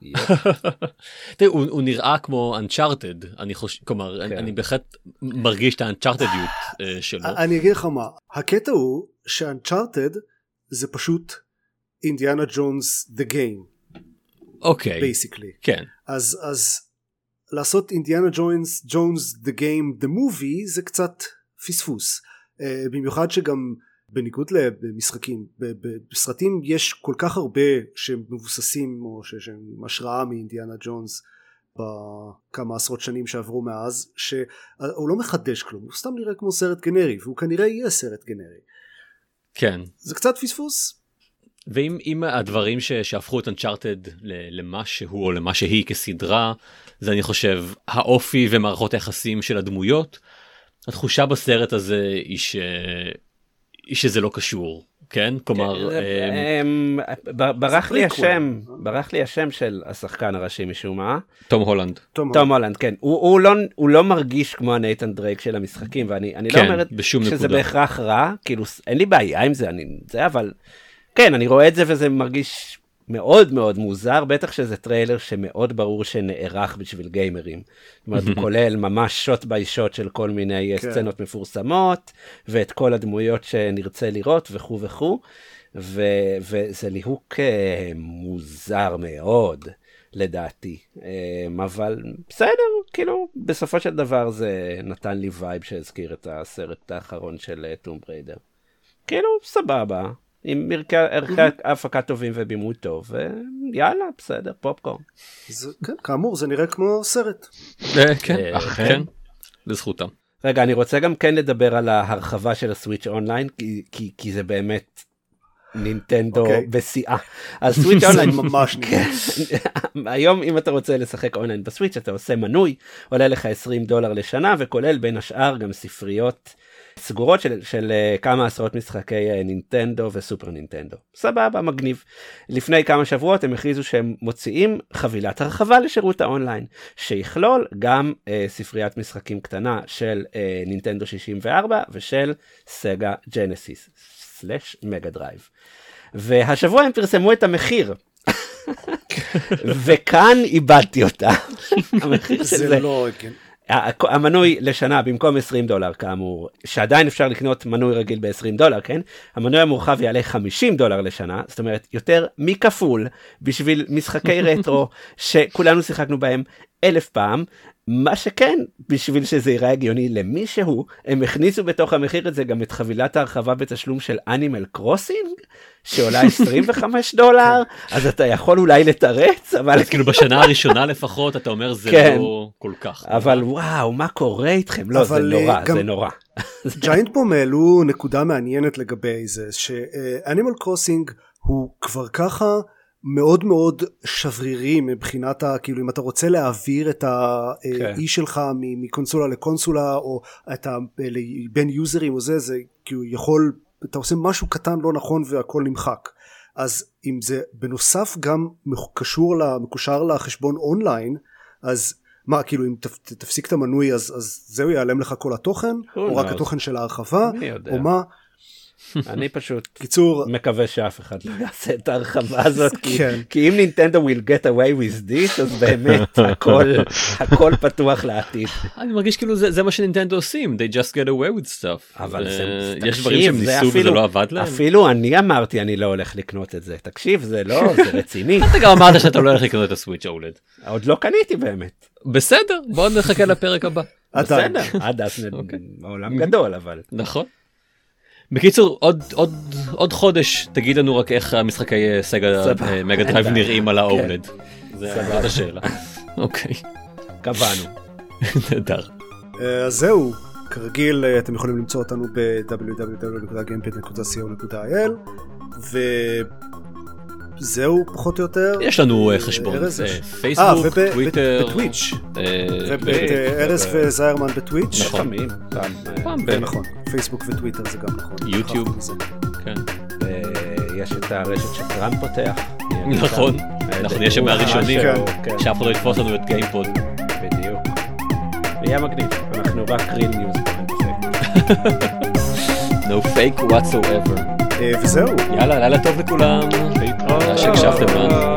הוא נראה כמו Uncharted, אני חושב, כלומר, אני בהחלט מרגיש את האנצ'ארטדיות שלו. אני אגיד לך מה, הקטע הוא שאנצ'ארטד זה פשוט אינדיאנה ג'ונס the game. אוקיי. basically. כן. אז, אז לעשות אינדיאנה ג'ונס, ג'ונס the game the movie זה קצת פספוס. Uh, במיוחד שגם בניגוד למשחקים, בסרטים יש כל כך הרבה שהם מבוססים או שהם השראה מאינדיאנה ג'ונס בכמה עשרות שנים שעברו מאז, שהוא לא מחדש כלום, הוא סתם נראה כמו סרט גנרי, והוא כנראה יהיה סרט גנרי. כן. זה קצת פספוס. ואם הדברים שהפכו את Uncharted למה שהוא או למה שהיא כסדרה, זה אני חושב האופי ומערכות היחסים של הדמויות, התחושה בסרט הזה היא ש... שזה לא קשור, כן? כלומר... ברח לי השם, ברח לי השם של השחקן הראשי משום מה. תום הולנד. תום הולנד, כן. הוא לא מרגיש כמו הנייתן דרייק של המשחקים, ואני לא אומרת שזה בהכרח רע, כאילו אין לי בעיה עם זה, אבל כן, אני רואה את זה וזה מרגיש מאוד מאוד מוזר, בטח שזה טריילר שמאוד ברור שנערך בשביל גיימרים. זאת אומרת, הוא כולל ממש שוט ביי שוט של כל מיני סצנות מפורסמות, ואת כל הדמויות שנרצה לראות וכו' וכו', וזה ליהוק מוזר מאוד, לדעתי. אבל בסדר, כאילו, בסופו של דבר זה נתן לי וייב שהזכיר את הסרט האחרון של טום בריידר. כאילו, סבבה. עם ערכי הפקה טובים ובימוי טוב, ויאללה, בסדר, פופקורן. כן, כאמור, זה נראה כמו סרט. כן, כן, לזכותם. רגע, אני רוצה גם כן לדבר על ההרחבה של הסוויץ' אונליין, כי זה באמת נינטנדו בשיאה. אז סוויץ' אונליין ממש היום אם אתה רוצה לשחק אונליין בסוויץ', אתה עושה מנוי, עולה לך עשרים דולר לשנה, וכולל בין השאר גם ספריות סגורות של, של כמה עשרות משחקי נינטנדו וסופר נינטנדו. סבבה, מגניב. לפני כמה שבועות הם הכריזו שהם מוציאים חבילת הרחבה לשירות האונליין, שיכלול גם אה, ספריית משחקים קטנה של אה, נינטנדו שישים וארבע ושל סגה ג'נסיס סלש מגה דרייב. והשבוע הם פרסמו את המחיר. וכאן איבדתי אותה. המחיר של זה. לא, כן. המנוי לשנה במקום עשרים דולר כאמור, שעדיין אפשר לקנות מנוי רגיל ב-עשרים דולר, כן? המנוי המורחב יעלה חמישים דולר לשנה, זאת אומרת יותר מכפול בשביל משחקי רטרו שכולנו שיחקנו בהם אלף פעם, מה שכן, בשביל שזה ייראה הגיוני למישהו, הם הכניסו בתוך המחיר הזה גם את חבילת ההרחבה בתשלום של אנימל קרוסינג, שעולה עשרים וחמישה דולר, אז אתה יכול אולי לתרץ, אבל... אז כאילו בשנה הראשונה לפחות, אתה אומר זה לא כל כך. אבל וואו, מה קורה איתכם? לא, זה נורא, זה נורא. ג'יינט בום העלו נקודה מעניינת לגבי זה, שאנימל קרוסינג הוא כבר ככה, מאוד מאוד שברירי מבחינת, כאילו אם אתה רוצה להעביר את האי שלך מקונסולה לקונסולה, או אתה בין יוזרים או זה, זה כאילו יכול, אתה עושה משהו קטן לא נכון והכל נמחק. אז אם זה בנוסף גם קשור, מקושר לחשבון אונליין, אז מה, כאילו אם תפסיק את המנוי אז, אז זהו יעלם לך כל התוכן, או רק התוכן של ההרחבה, או מה? אני פשוט קיצור מקווה שאף אחד לא יעשה את ההרחבה הזאת, כי אם נינטנדו will get away with this, אז באמת הכל פתוח לעתיד. אני מרגיש כאילו זה מה שנינטנדו עושים, they just get away with stuff. אבל יש דברים שהם ניסו וזה לא עבד להם. אפילו אני אמרתי אני לא הולך לקנות את זה, תקשיב, זה לא, זה רציני. אתה גם אמרת שאתה לא הולך לקנות את הסוויץ' אולד. עוד לא קניתי באמת. בסדר, בואו נחכה לפרק הבא. בסדר, עד אז העולם גדול, אבל. נכון. בקיצור, עוד, עוד, עוד חודש תגיד לנו רק איך המשחקי סגה מגה דרייב נראים על האולד. זה עוד השאלה. אוקיי. קבענו. נהדר. אז זהו, כרגיל אתם יכולים למצוא אותנו ב-דאבליו דאבליו דאבליו נקודה גיימפד נקודה סי או נקודה איי אל, וזהו פחות או יותר. יש לנו חשבון פייסבוק, טוויטר, בטוויץ', וארז וזיירמן בטוויץ'. נכון. נכון, פייסבוק וטוויטר זה גם נכון. יוטיוב. יש את הרשת שקרן פותח. נכון, אנחנו נהיה שם מהראשונים, שאף אחד לא יתפוס לנו את גיימפוד. בדיוק. נהיה מגניב, אנחנו רק real news. No fake whatsoever. וזהו. יאללה, לילה טוב לכולם. תודה שהקשבתם לנו.